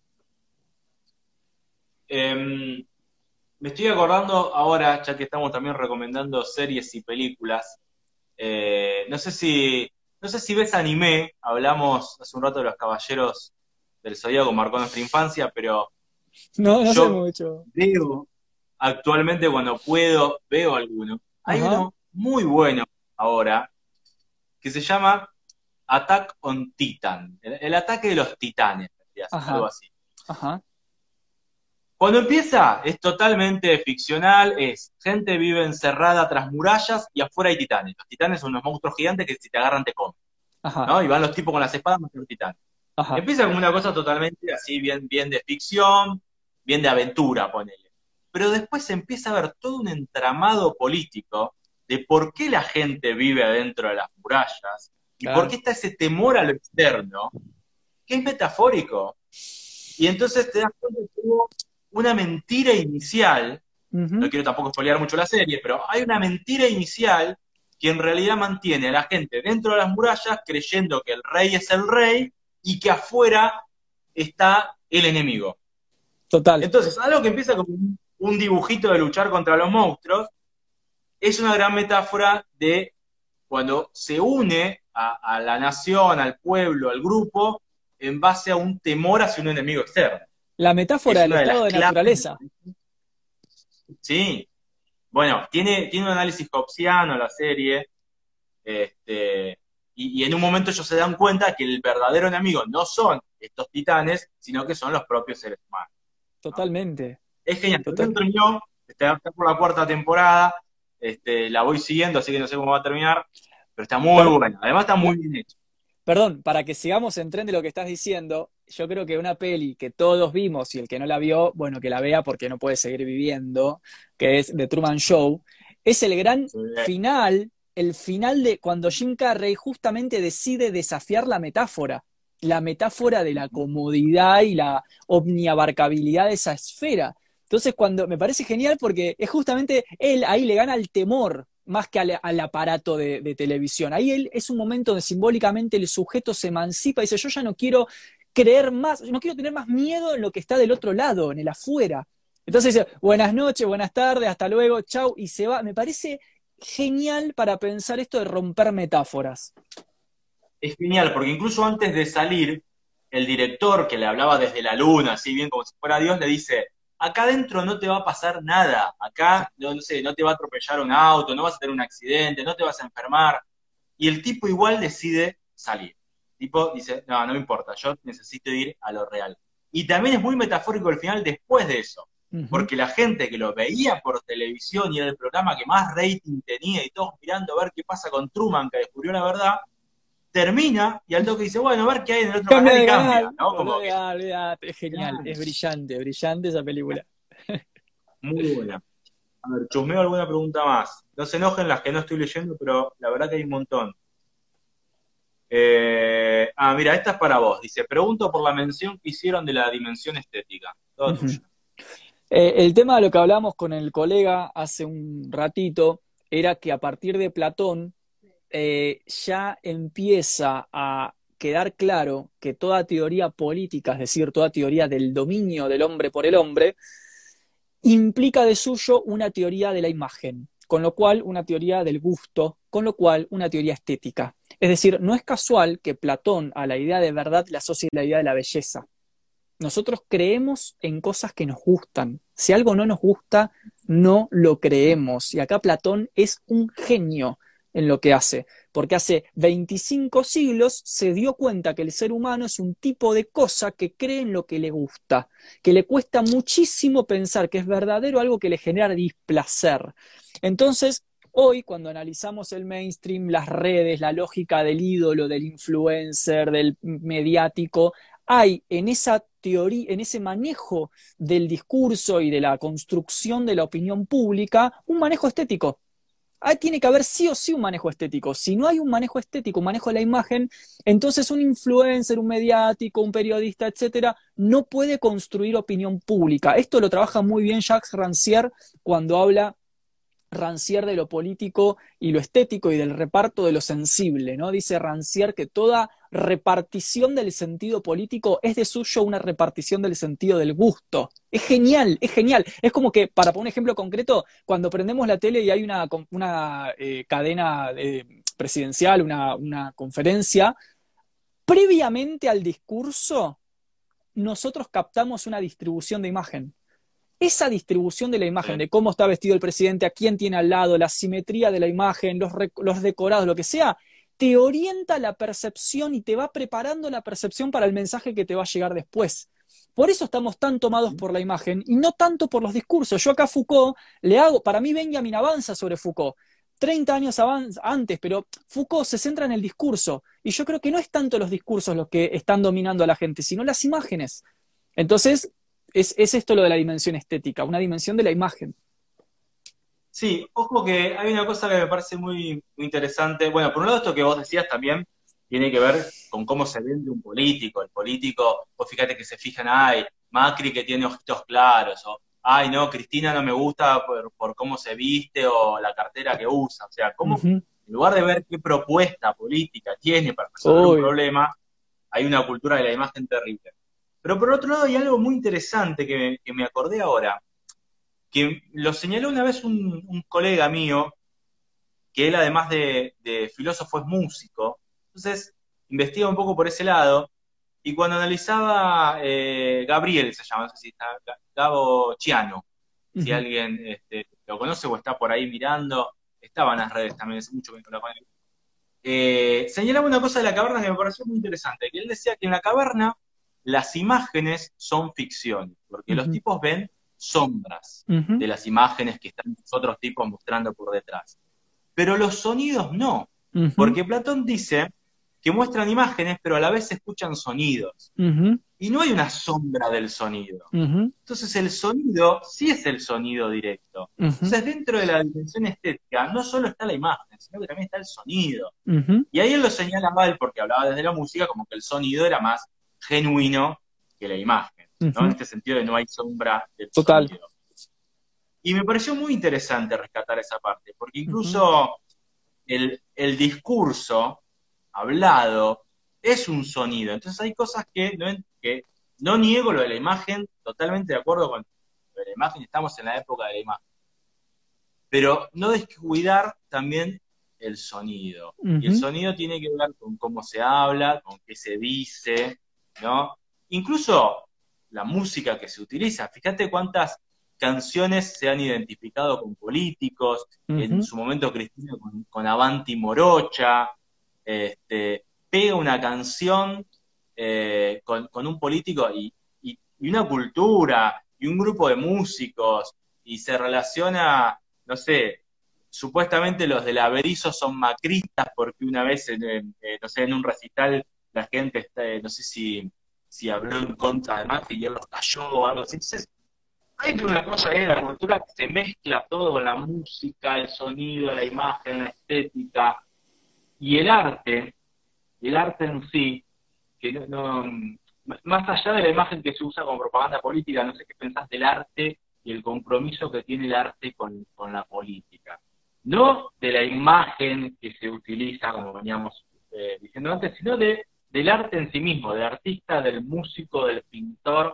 Eh, me estoy acordando ahora, ya que estamos también recomendando series y películas, eh, no sé si no sé si ves anime, hablamos hace un rato de los Caballeros del Zodíaco, marcó nuestra infancia, pero No, no sé yo mucho. veo actualmente cuando puedo, veo alguno. Hay Ajá. uno muy bueno ahora que se llama Attack on Titan, el, el ataque de los titanes, Ajá. algo así. Ajá. Cuando empieza es totalmente ficcional, es gente vive encerrada tras murallas y afuera hay titanes. Los titanes son unos monstruos gigantes que si te agarran te comen, Ajá. ¿no? Y van los tipos con las espadas más que los titanes. Ajá. Empieza como una cosa totalmente así, bien, bien de ficción, bien de aventura, ponele. Pero después se empieza a ver todo un entramado político de por qué la gente vive adentro de las murallas y Claro. por qué está ese temor a lo externo, que es metafórico. Y entonces te das cuenta que hubo una mentira inicial, Ujú. no quiero tampoco spoilear mucho la serie, pero hay una mentira inicial que en realidad mantiene a la gente dentro de las murallas creyendo que el rey es el rey y que afuera está el enemigo. Total. Entonces, algo que empieza como un, un dibujito de luchar contra los monstruos, es una gran metáfora de cuando se une a, a la nación, al pueblo, al grupo, en base a un temor hacia un enemigo externo. La metáfora Es del una de estado las de claves. naturaleza. Sí. Bueno, tiene, tiene un análisis hobbesiano la serie, este, y, y en un momento ellos se dan cuenta que el verdadero enemigo no son estos titanes, sino que son los propios seres humanos. Totalmente. Es genial. Total. No terminó, está, está por la cuarta temporada, este, la voy siguiendo, así que no sé cómo va a terminar, pero está muy Pero- buena. Además está muy bien hecho. Perdón, para que sigamos en tren de lo que estás diciendo, yo creo que una peli que todos vimos y el que no la vio, bueno, que la vea porque no puede seguir viviendo, que es The Truman Show, es el gran Sí. final, el final de cuando Jim Carrey justamente decide desafiar la metáfora, la metáfora de la comodidad y la omniabarcabilidad de esa esfera. Entonces, cuando me parece genial porque es justamente él ahí le gana el temor más que al, al aparato de, de televisión. Ahí él es un momento donde simbólicamente el sujeto se emancipa y dice, yo ya no quiero creer más, no quiero tener más miedo en lo que está del otro lado, en el afuera. Entonces dice, buenas noches, buenas tardes, hasta luego, chau, y se va. Me parece genial para pensar esto de romper metáforas. Es genial, porque incluso antes de salir, el director que le hablaba desde la luna, así bien como si fuera Dios, le dice, acá adentro no te va a pasar nada, acá, no, no sé, no te va a atropellar un auto, no vas a tener un accidente, no te vas a enfermar. Y el tipo igual decide salir. El tipo dice, no, no me importa, yo necesito ir a lo real. Y también es muy metafórico el final después de eso, Ujú. porque la gente que lo veía por televisión y era el programa que más rating tenía y todos mirando a ver qué pasa con Truman, que descubrió la verdad, termina y al toque dice, bueno, a ver qué hay en el otro Cambia canal de y cambia, canal. ¿no? Como que, Ah, olvidate, es genial, claro, es brillante, brillante esa película. muy buena. A ver, chusmeo alguna pregunta más. No se enojen las que no estoy leyendo, pero la verdad que hay un montón. Eh, ah, mira, esta es para vos. Dice, pregunto por la mención que hicieron de la dimensión estética. Toda Ujú. tuya. Eh, el tema de lo que hablamos con el colega hace un ratito era que a partir de Platón eh, ya empieza a quedar claro que toda teoría política, es decir, toda teoría del dominio del hombre por el hombre, implica de suyo una teoría de la imagen, con lo cual una teoría del gusto con lo cual una teoría estética. Es decir, no es casual que Platón a la idea de verdad le asocie la idea de la belleza. Nosotros creemos en cosas que nos gustan. Si algo no nos gusta, no lo creemos. Y acá Platón es un genio en lo que hace, porque hace veinticinco siglos se dio cuenta que el ser humano es un tipo de cosa que cree en lo que le gusta, que le cuesta muchísimo pensar que es verdadero algo que le genera displacer. Entonces, hoy, cuando analizamos el mainstream, las redes, la lógica del ídolo, del influencer, del mediático, hay en esa teoría, en ese manejo del discurso y de la construcción de la opinión pública, un manejo estético. Ahí tiene que haber sí o sí un manejo estético. Si no hay un manejo estético, un manejo de la imagen, entonces un influencer, un mediático, un periodista, etcétera, no puede construir opinión pública. Esto lo trabaja muy bien Jacques Rancière cuando habla Rancière de lo político y lo estético y del reparto de lo sensible, ¿no? Dice Rancière que toda repartición del sentido político es de suyo una repartición del sentido del gusto. Es genial, es genial. Es como que, para poner un ejemplo concreto, cuando prendemos la tele y hay una, una eh, cadena eh, presidencial, una, una conferencia, previamente al discurso, nosotros captamos una distribución de imagen. Esa distribución de la imagen, de cómo está vestido el presidente, a quién tiene al lado, la simetría de la imagen, los, los decorados, lo que sea, te orienta la percepción y te va preparando la percepción para el mensaje que te va a llegar después. Por eso estamos tan tomados por la imagen y no tanto por los discursos. Yo acá a Foucault le hago, para mí Benjamin avanza sobre Foucault, treinta años antes, pero Foucault se centra en el discurso y yo creo que no es tanto los discursos los que están dominando a la gente, sino las imágenes. Entonces, Es, es esto lo de la dimensión estética, una dimensión de la imagen. Sí, ojo que hay una cosa que me parece muy, muy interesante. Bueno, por un lado esto que vos decías también tiene que ver con cómo se vende un político. El político, vos fíjate que se fijan, ay, Macri que tiene ojitos claros, o ay, no, Cristina no me gusta por, por cómo se viste o la cartera que usa. O sea, cómo, uh-huh. en lugar de ver qué propuesta política tiene para resolver Uy. un problema, hay una cultura de la imagen terrible. Pero por otro lado hay algo muy interesante que me, que me acordé ahora, que lo señaló una vez un, un colega mío, que él además de, de filósofo es músico, entonces investiga un poco por ese lado, y cuando analizaba, eh, Gabriel se llama, no sé si está, Gabo Chiano, uh-huh. si alguien este, lo conoce o está por ahí mirando, estaba en las redes también, hace mucho que no lo conozco. Eh, señalaba una cosa de la caverna que me pareció muy interesante, que él decía que en la caverna las imágenes son ficciones, porque uh-huh. los tipos ven sombras uh-huh. de las imágenes que están los otros tipos mostrando por detrás. Pero los sonidos no, uh-huh. porque Platón dice que muestran imágenes, pero a la vez se escuchan sonidos. Uh-huh. Y no hay una sombra del sonido. Uh-huh. Entonces el sonido sí es el sonido directo. Uh-huh. Entonces dentro de la dimensión estética no solo está la imagen, sino que también está el sonido. Uh-huh. Y ahí él lo señala mal porque hablaba desde la música como que el sonido era más genuino que la imagen, ¿no? Uh-huh. En este sentido de no hay sombra del Total. sonido. Y me pareció muy interesante rescatar esa parte, porque incluso uh-huh. el, el discurso hablado es un sonido. Entonces hay cosas que no, que no niego lo de la imagen, totalmente de acuerdo con lo de la imagen, estamos en la época de la imagen. Pero no descuidar también el sonido. Uh-huh. Y el sonido tiene que ver con cómo se habla, con qué se dice, ¿no? Incluso la música que se utiliza. Fíjate cuántas canciones se han identificado con políticos, uh-huh. en su momento Cristina con, con Avanti Morocha, este, pega una canción eh, con, con un político y, y, y una cultura, y un grupo de músicos, y se relaciona, no sé, supuestamente los del Averizo son macristas, porque una vez, en, en, no sé, en un recital, la gente, está, no sé si, si habló en contra de Macri y él los cayó o algo así. Entonces, hay una cosa ahí de la cultura que se mezcla todo con la música, el sonido, la imagen, la estética, y el arte, el arte en sí, que no, no, más allá de la imagen que se usa como propaganda política, no sé qué pensás del arte y el compromiso que tiene el arte con, con la política. No de la imagen que se utiliza, como veníamos eh, diciendo antes, sino de, del arte en sí mismo, del artista, del músico, del pintor,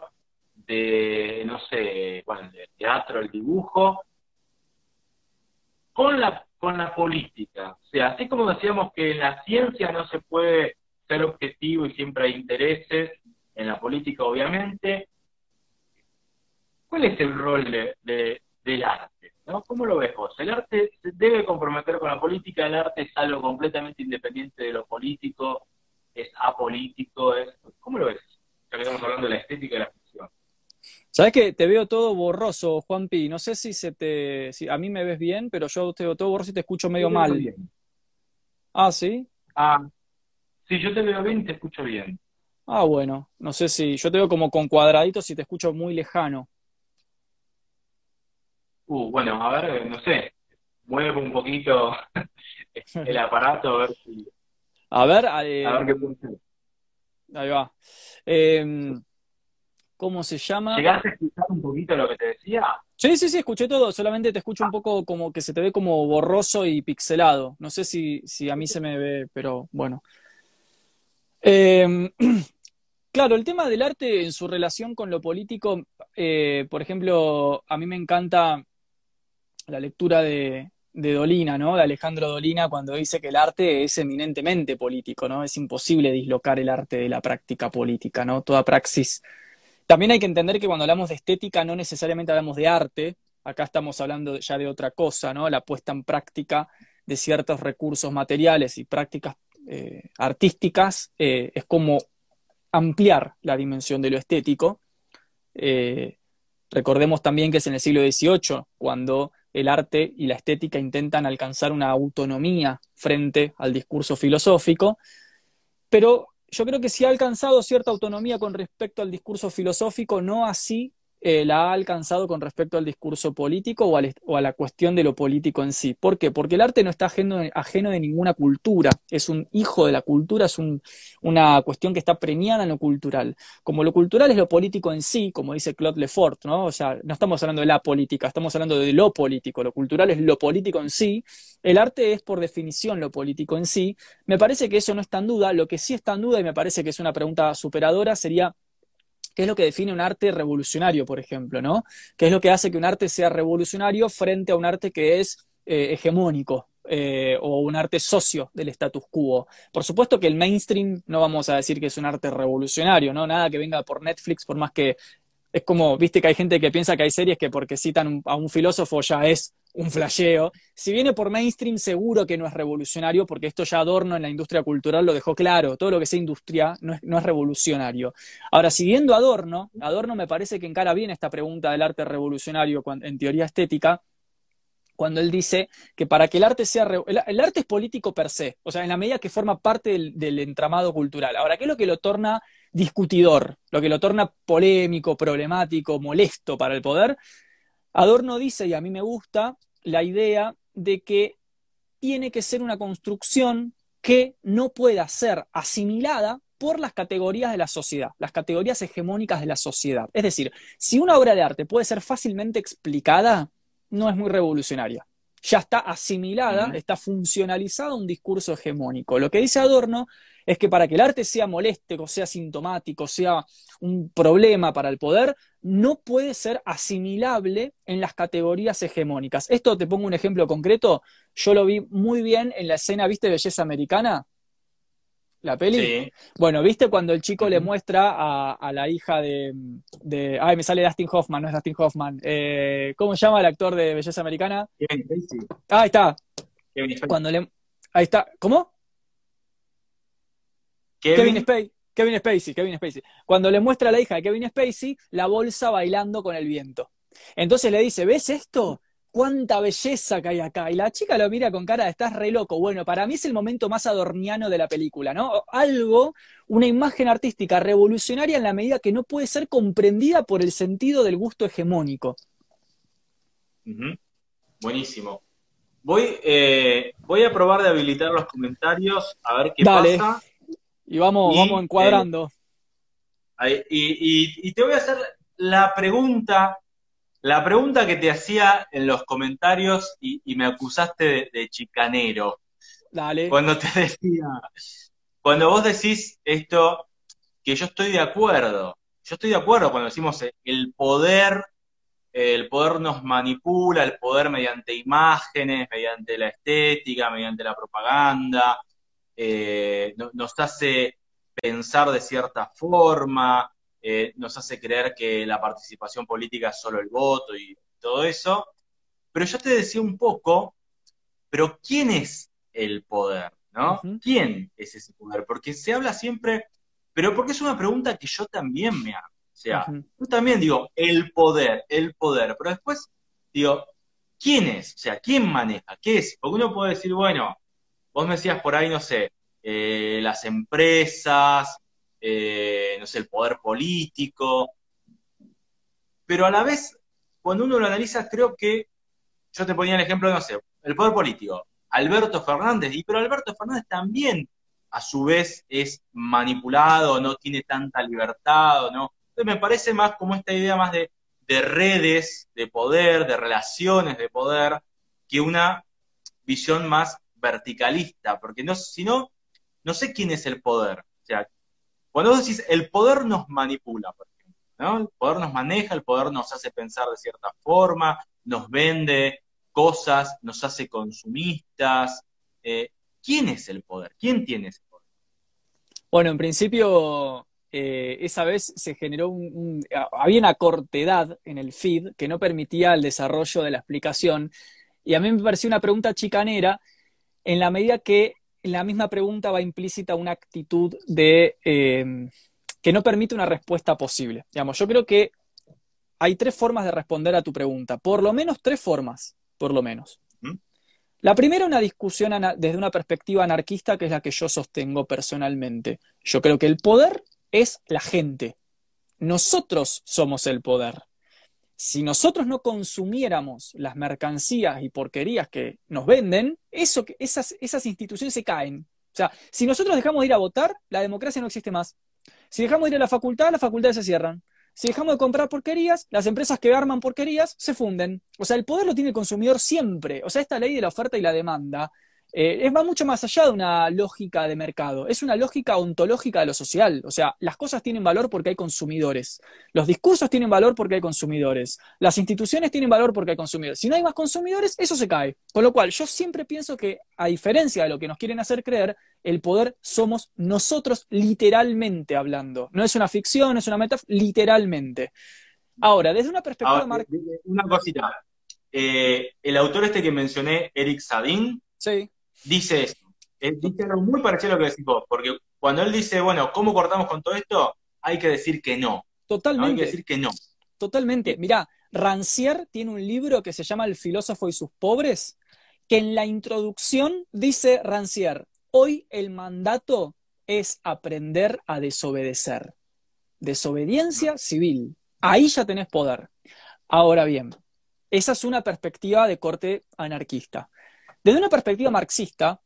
de, no sé, bueno, del teatro, el dibujo, con la con la política? O sea, así como decíamos que en la ciencia no se puede ser objetivo y siempre hay intereses, en la política obviamente, ¿cuál es el rol de, de- del arte? ¿No? ¿Cómo lo ves vos? ¿El arte se debe comprometer con la política? ¿El arte es algo completamente independiente de lo político? ¿Es apolítico? Es, ¿cómo lo ves? Ya que estamos hablando de la estética y la ficción. Sabes que te veo todo borroso, Juanpi. No sé si se te, si a mí me ves bien, pero yo te veo todo borroso y te escucho Yo medio te veo mal. bien. Ah, ¿sí? Ah, sí, yo te veo bien y te escucho bien. Ah, bueno. No sé si yo te veo como con cuadraditos y te escucho muy lejano. Uh, bueno, a ver, no sé, mueve un poquito el aparato a ver si, A ver, a ver qué eh, puede ser. ahí va. Eh, ¿cómo se llama? ¿Llegaste a escuchar un poquito lo que te decía? Sí, sí, sí, escuché todo, solamente te escucho un poco como que se te ve como borroso y pixelado. No sé si, si a mí se me ve, pero bueno. Eh, claro, el tema del arte en su relación con lo político, eh, por ejemplo, a mí me encanta la lectura de, de Dolina, ¿no? De Alejandro Dolina, cuando dice que el arte es eminentemente político, ¿no? Es imposible dislocar el arte de la práctica política, ¿no? Toda praxis. También hay que entender que cuando hablamos de estética no necesariamente hablamos de arte, acá estamos hablando ya de otra cosa, ¿no? La puesta en práctica de ciertos recursos materiales y prácticas eh, artísticas eh, es como ampliar la dimensión de lo estético. Eh, recordemos también que es en el siglo dieciocho cuando el arte y la estética intentan alcanzar una autonomía frente al discurso filosófico, pero yo creo que sí ha alcanzado cierta autonomía con respecto al discurso filosófico, no así eh, la ha alcanzado con respecto al discurso político o, al, o, a la cuestión de lo político en sí. ¿Por qué? Porque el arte no está ajeno, ajeno de ninguna cultura, es un hijo de la cultura, es un, una cuestión que está preñada en lo cultural. Como lo cultural es lo político en sí, como dice Claude Lefort, ¿no? O sea, no estamos hablando de la política, estamos hablando de lo político, lo cultural es lo político en sí, el arte es por definición lo político en sí. Me parece que eso no está en duda, lo que sí está en duda, y me parece que es una pregunta superadora, sería ¿qué es lo que define un arte revolucionario, por ejemplo, ¿no? ¿Qué es lo que hace que un arte sea revolucionario frente a un arte que es eh, hegemónico eh, o un arte socio del status quo? Por supuesto que el mainstream no vamos a decir que es un arte revolucionario, ¿no? Nada que venga por Netflix, por más que es como, viste que hay gente que piensa que hay series que porque citan a un filósofo ya es un flasheo. Si viene por mainstream, seguro que no es revolucionario, porque esto ya Adorno en la industria cultural lo dejó claro. Todo lo que sea industria no es, no es revolucionario. Ahora, siguiendo Adorno, Adorno me parece que encara bien esta pregunta del arte revolucionario en teoría estética, cuando él dice que para que el arte sea... El, el arte es político per se, o sea, en la medida que forma parte del, del entramado cultural. Ahora, ¿qué es lo que lo torna discutidor? Lo que lo torna polémico, problemático, molesto para el poder. Adorno dice, y a mí me gusta, la idea de que tiene que ser una construcción que no pueda ser asimilada por las categorías de la sociedad, las categorías hegemónicas de la sociedad. Es decir, si una obra de arte puede ser fácilmente explicada, no es muy revolucionaria. Ya está asimilada, Uh-huh. está funcionalizada a un discurso hegemónico. Lo que dice Adorno es que para que el arte sea molesto, sea sintomático, sea un problema para el poder, no puede ser asimilable en las categorías hegemónicas. Esto te pongo un ejemplo concreto, yo lo vi muy bien en la escena, ¿viste Belleza Americana? ¿La peli? Sí. Bueno, ¿viste cuando el chico Uh-huh. le muestra a, a la hija de, de... Ay, me sale Dustin Hoffman, no es Dustin Hoffman. Eh, ¿cómo se llama el actor de Belleza Americana? Kevin Spacey. Ah, ahí está. Kevin Spacey. Cuando le... Ahí está. ¿Cómo? Kevin, Kevin Spacey. Kevin Spacey, Kevin Spacey. Cuando le muestra a la hija de Kevin Spacey la bolsa bailando con el viento. Entonces le dice, ¿ves esto? ¡Cuánta belleza que hay acá! Y la chica lo mira con cara de estás re loco. Bueno, para mí es el momento más adorniano de la película, ¿no? Algo, una imagen artística revolucionaria en la medida que no puede ser comprendida por el sentido del gusto hegemónico. Uh-huh. Buenísimo. Voy, eh, voy a probar de habilitar los comentarios, a ver qué Dale. pasa. Y vamos, Y, vamos encuadrando. eh, y, y, y te voy a hacer la pregunta, la pregunta que te hacía en los comentarios y, y me acusaste de, de chicanero. Dale. Cuando te decía, cuando vos decís esto, que yo estoy de acuerdo, yo estoy de acuerdo cuando decimos el poder el poder nos manipula, el poder mediante imágenes, mediante la estética, mediante la propaganda, eh, no, nos hace pensar de cierta forma, eh, nos hace creer que la participación política es solo el voto y todo eso. Pero yo te decía un poco, pero ¿quién es el poder? ¿No? Ujú. ¿Quién es ese poder? Porque se habla siempre, pero porque es una pregunta que yo también me hago. O sea, Ujú. yo también digo, el poder, el poder, pero después digo, ¿quién es? O sea, ¿quién maneja? ¿Qué es? Porque uno puede decir, bueno, vos me decías por ahí, no sé, eh, las empresas, eh, no sé, el poder político, pero a la vez, cuando uno lo analiza, creo que, yo te ponía el ejemplo, no sé, el poder político, Alberto Fernández, y pero Alberto Fernández también, a su vez, es manipulado, no tiene tanta libertad, ¿no? Entonces me parece más como esta idea más de, de redes de poder, de relaciones de poder, que una visión más verticalista, porque no, si no, no sé quién es el poder. O sea, cuando vos decís el poder nos manipula, por ejemplo, ¿no? El poder nos maneja, el poder nos hace pensar de cierta forma, nos vende cosas, nos hace consumistas. Eh, ¿Quién es el poder? ¿Quién tiene ese poder? Bueno, en principio, eh, esa vez se generó un, un- había una cortedad en el feed que no permitía el desarrollo de la explicación, y a mí me pareció una pregunta chicanera en la medida que en la misma pregunta va implícita una actitud de eh, que no permite una respuesta posible. Digamos, yo creo que hay tres formas de responder a tu pregunta, por lo menos tres formas, por lo menos. ¿Mm? La primera, una discusión desde una perspectiva anarquista, que es la que yo sostengo personalmente. Yo creo que el poder es la gente. Nosotros somos el poder. Si nosotros no consumiéramos las mercancías y porquerías que nos venden, eso, esas, esas instituciones se caen. O sea, si nosotros dejamos de ir a votar, la democracia no existe más. Si dejamos de ir a la facultad, las facultades se cierran. Si dejamos de comprar porquerías, las empresas que arman porquerías se funden. O sea, el poder lo tiene el consumidor siempre. O sea, esta ley de la oferta y la demanda eh, es va mucho más allá de una lógica de mercado. Es una lógica ontológica de lo social. O sea, las cosas tienen valor porque hay consumidores. Los discursos tienen valor porque hay consumidores. Las instituciones tienen valor porque hay consumidores. Si no hay más consumidores, eso se cae. Con lo cual, yo siempre pienso que, a diferencia de lo que nos quieren hacer creer, el poder somos nosotros literalmente hablando. No es una ficción, no es una metáfora, literalmente. Ahora, desde una perspectiva Ahora, mar... una cosita. Eh, el autor este que mencioné, Eric Sadin, Sí, dice eso. Él dice algo muy parecido a lo que decís vos, porque cuando él dice, bueno, ¿cómo cortamos con todo esto? Hay que decir que no. ¿No? Hay que totalmente, decir que no. totalmente. Eh, Mirá, Rancière tiene un libro que se llama El filósofo y sus pobres, que en la introducción dice Rancière, hoy el mandato es aprender a desobedecer. Desobediencia civil. Ahí ya tenés poder. Ahora bien, esa es una perspectiva de corte anarquista. Desde una perspectiva marxista,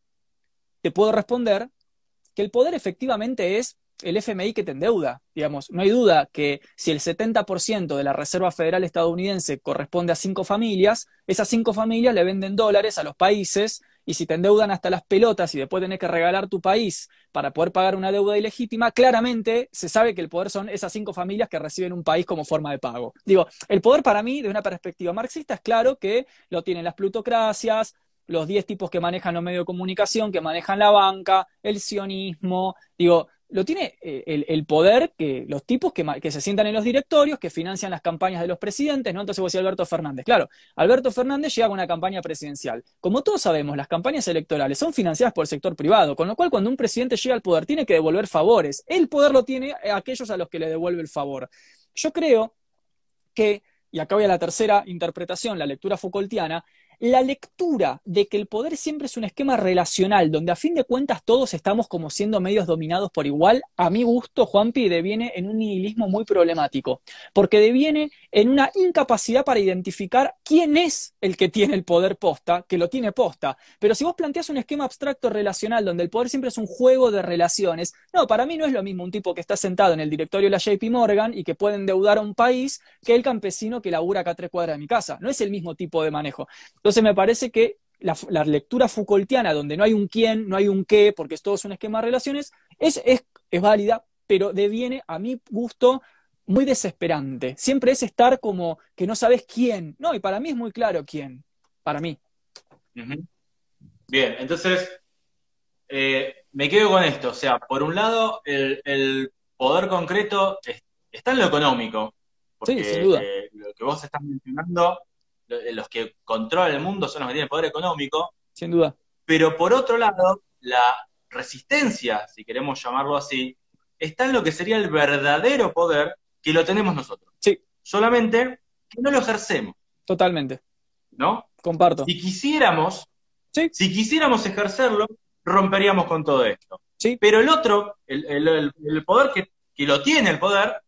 te puedo responder que el poder efectivamente es el F M I que te endeuda. Digamos, no hay duda que si el setenta por ciento de la Reserva Federal estadounidense corresponde a cinco familias, esas cinco familias le venden dólares a los países, y si te endeudan hasta las pelotas y después tenés que regalar tu país para poder pagar una deuda ilegítima, claramente se sabe que el poder son esas cinco familias que reciben un país como forma de pago. Digo, el poder para mí, de una perspectiva marxista, es claro que lo tienen las plutocracias, los diez tipos que manejan los medios de comunicación, que manejan la banca, el sionismo, digo, lo tiene eh, el, el, poder que los tipos que, que, se sientan en los directorios, que financian las campañas de los presidentes, ¿no? Entonces vos decís Alberto Fernández. Claro, Alberto Fernández llega con una campaña presidencial. Como todos sabemos, las campañas electorales son financiadas por el sector privado, con lo cual cuando un presidente llega al poder tiene que devolver favores. El poder lo tiene a aquellos a los que le devuelve el favor. Yo creo que, y acá voy a la tercera interpretación, la lectura Foucaultiana, la lectura de que el poder siempre es un esquema relacional, donde a fin de cuentas todos estamos como siendo medios dominados por igual, a mi gusto, Juanpi, deviene en un nihilismo muy problemático, porque deviene en una incapacidad para identificar quién es el que tiene el poder posta, que lo tiene posta. Pero si vos planteás un esquema abstracto relacional, donde el poder siempre es un juego de relaciones, no, para mí no es lo mismo un tipo que está sentado en el directorio de la J P Morgan y que puede endeudar a un país que el campesino que labura acá a tres cuadras de mi casa. No es el mismo tipo de manejo. Entonces me parece que la, la lectura Foucaultiana, donde no hay un quién, no hay un qué, porque todo es un esquema de relaciones, es, es, es válida, pero deviene, a mi gusto, muy desesperante. Siempre es estar como que no sabes quién. No, y para mí es muy claro quién. Para mí. Ujú. Bien, entonces eh, me quedo con esto. O sea, por un lado, el, el poder concreto es- está en lo económico, Sí, sin porque duda. eh, lo que vos estás mencionando, lo- los que controlan el mundo son los que tienen poder económico, Sin duda. pero por otro lado, la resistencia, si queremos llamarlo así, está en lo que sería el verdadero poder que lo tenemos nosotros. Sí, Solamente que no lo ejercemos, totalmente. ¿no? Comparto. Si quisiéramos, Sí, si quisiéramos ejercerlo, romperíamos con todo esto. sí, Pero el otro, el, el- el- el poder que, que lo tiene el poder,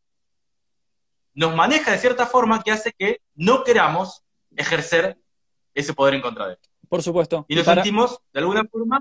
nos maneja de cierta forma que hace que no queramos ejercer ese poder en contra de él. por supuesto. Y Y nos para, sentimos, de alguna forma,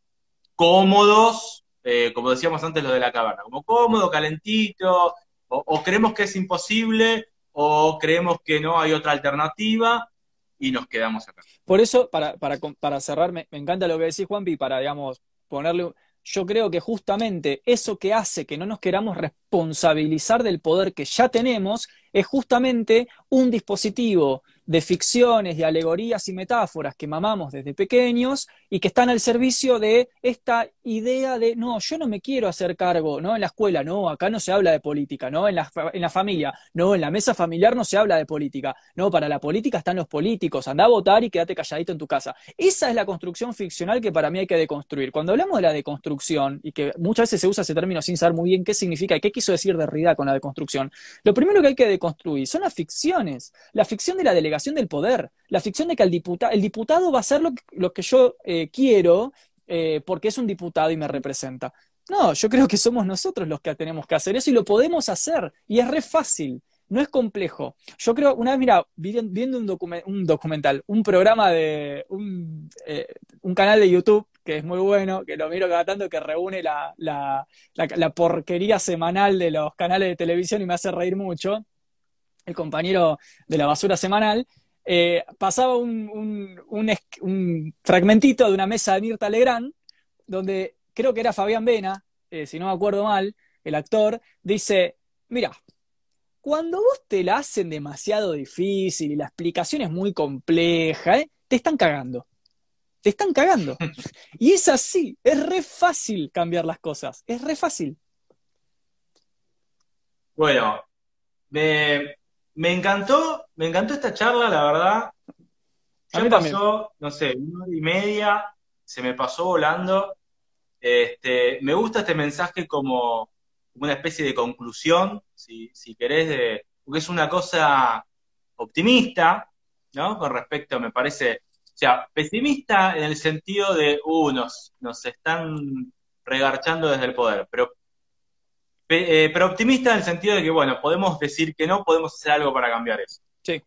cómodos, eh, como decíamos antes lo de la caverna, como cómodo, calentito, o, o creemos que es imposible, o creemos que no hay otra alternativa, y nos quedamos acá. por eso, para, para, para cerrar, me, me encanta lo que decís, Juanpi, para, digamos, ponerle. Yo creo que justamente eso que hace que no nos queramos responsabilizar del poder que ya tenemos es justamente un dispositivo de ficciones, de alegorías y metáforas que mamamos desde pequeños y que están al servicio de esta idea de, no, yo no me quiero hacer cargo, ¿no? En la escuela, no, acá no se habla de política, ¿no? En la, en la familia, no, en la mesa familiar no se habla de política, no, para la política están los políticos, anda a votar y quédate calladito en tu casa. Esa es la construcción ficcional que para mí hay que deconstruir. Cuando hablamos de la deconstrucción, y que muchas veces se usa ese término sin saber muy bien qué significa y qué quiso decir Derrida con la deconstrucción, lo primero que hay que deconstruir son las ficciones, la ficción de la delegación del poder, la ficción de que el, diputa el diputado va a hacer lo que, lo que yo eh, quiero eh, porque es un diputado y me representa. No, yo creo que somos nosotros los que tenemos que hacer eso y lo podemos hacer, y es re fácil. No es complejo. Yo creo, una vez, mira, viendo un, document, un documental, un programa de un, eh, un canal de YouTube que es muy bueno, que lo miro cada tanto, que reúne la, la, la, la porquería semanal de los canales de televisión y me hace reír mucho, el compañero de la basura semanal, eh, pasaba un, un, un, un, fragmentito de una mesa de Mirta Legrand, donde creo que era Fabián Vena, eh, si no me acuerdo mal, el actor, dice, mira, cuando vos te la hacen demasiado difícil y la explicación es muy compleja, ¿eh? Te están cagando. Te están cagando. Y es así, es re fácil cambiar las cosas, es re fácil. Bueno, me, me encantó, me encantó esta charla, la verdad. A Ya mí también. pasó, no sé, una hora y media, se me pasó volando. Este, me gusta este mensaje como, como una especie de conclusión, si, si querés, de, porque es una cosa optimista, ¿no? Con respecto, me parece, o sea, pesimista en el sentido de, uh, nos, nos están regarchando desde el poder, pero, pe- eh, pero optimista en el sentido de que, bueno, podemos decir que no, podemos hacer algo para cambiar eso. Sí.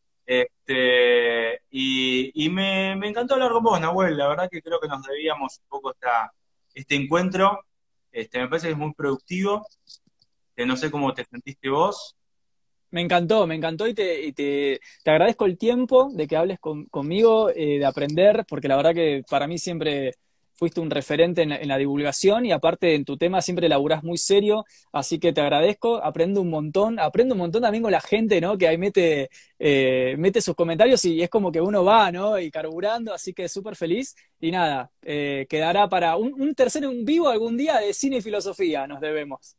Este, y y me, me encantó hablar con vos, Nahuel. La verdad que creo que nos debíamos un poco esta, este encuentro. Este, me parece que es muy productivo. Eh, no sé cómo te sentiste vos. Me encantó, me encantó y te, y te, te agradezco el tiempo de que hables con, conmigo, eh, de aprender, porque la verdad que para mí siempre fuiste un referente en, en la divulgación y aparte en tu tema siempre laburás muy serio, así que te agradezco, aprendo un montón, aprendo un montón también con la gente, ¿no? Que ahí mete, eh, mete sus comentarios y es como que uno va, ¿no? Y carburando, así que súper feliz y nada, eh, quedará para un, un tercero en vivo algún día de cine y filosofía, nos debemos.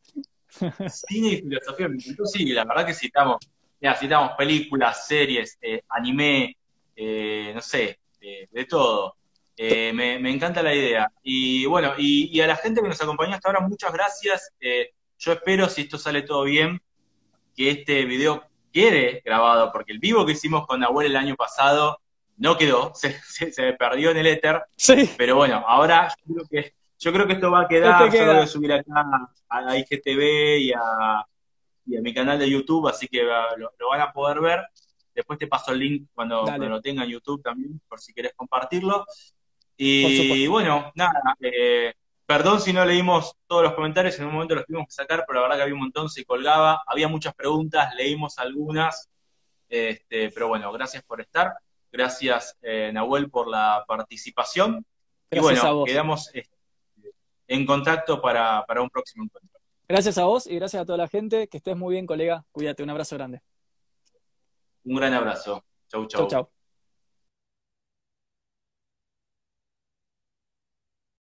Cine y filosofía, me encantó. Sí, la verdad que citamos, mira, citamos películas, series, eh, anime, eh, no sé, eh, de todo. Eh, me, me encanta la idea. Y bueno, y, y a la gente que nos acompañó hasta ahora, muchas gracias. Eh, yo espero, si esto sale todo bien, que este video quede grabado, porque el vivo que hicimos con Nahuel el año pasado no quedó, se, se, se perdió en el éter, Sí, pero bueno, ahora yo creo que, yo creo que esto va a este quedar, yo lo voy a queda. subir acá a I G T V y a, y a mi canal de YouTube, así que va- lo, lo van a poder ver. Después te paso el link cuando, cuando Dale, lo tenga en YouTube también, por si querés compartirlo. por Y supuesto. bueno, nada, eh, perdón si no leímos todos los comentarios, en un momento los tuvimos que sacar, pero la verdad que había un montón, se colgaba, había muchas preguntas, leímos algunas, este, pero bueno, gracias por estar, gracias eh, Nahuel por la participación, y Gracias a bueno, vos. quedamos este, en contacto para, para un próximo encuentro. Gracias a vos y gracias a toda la gente. Que estés muy bien, colega. Cuídate, un abrazo grande. Un gran abrazo. Chau, Chau, chau. chau.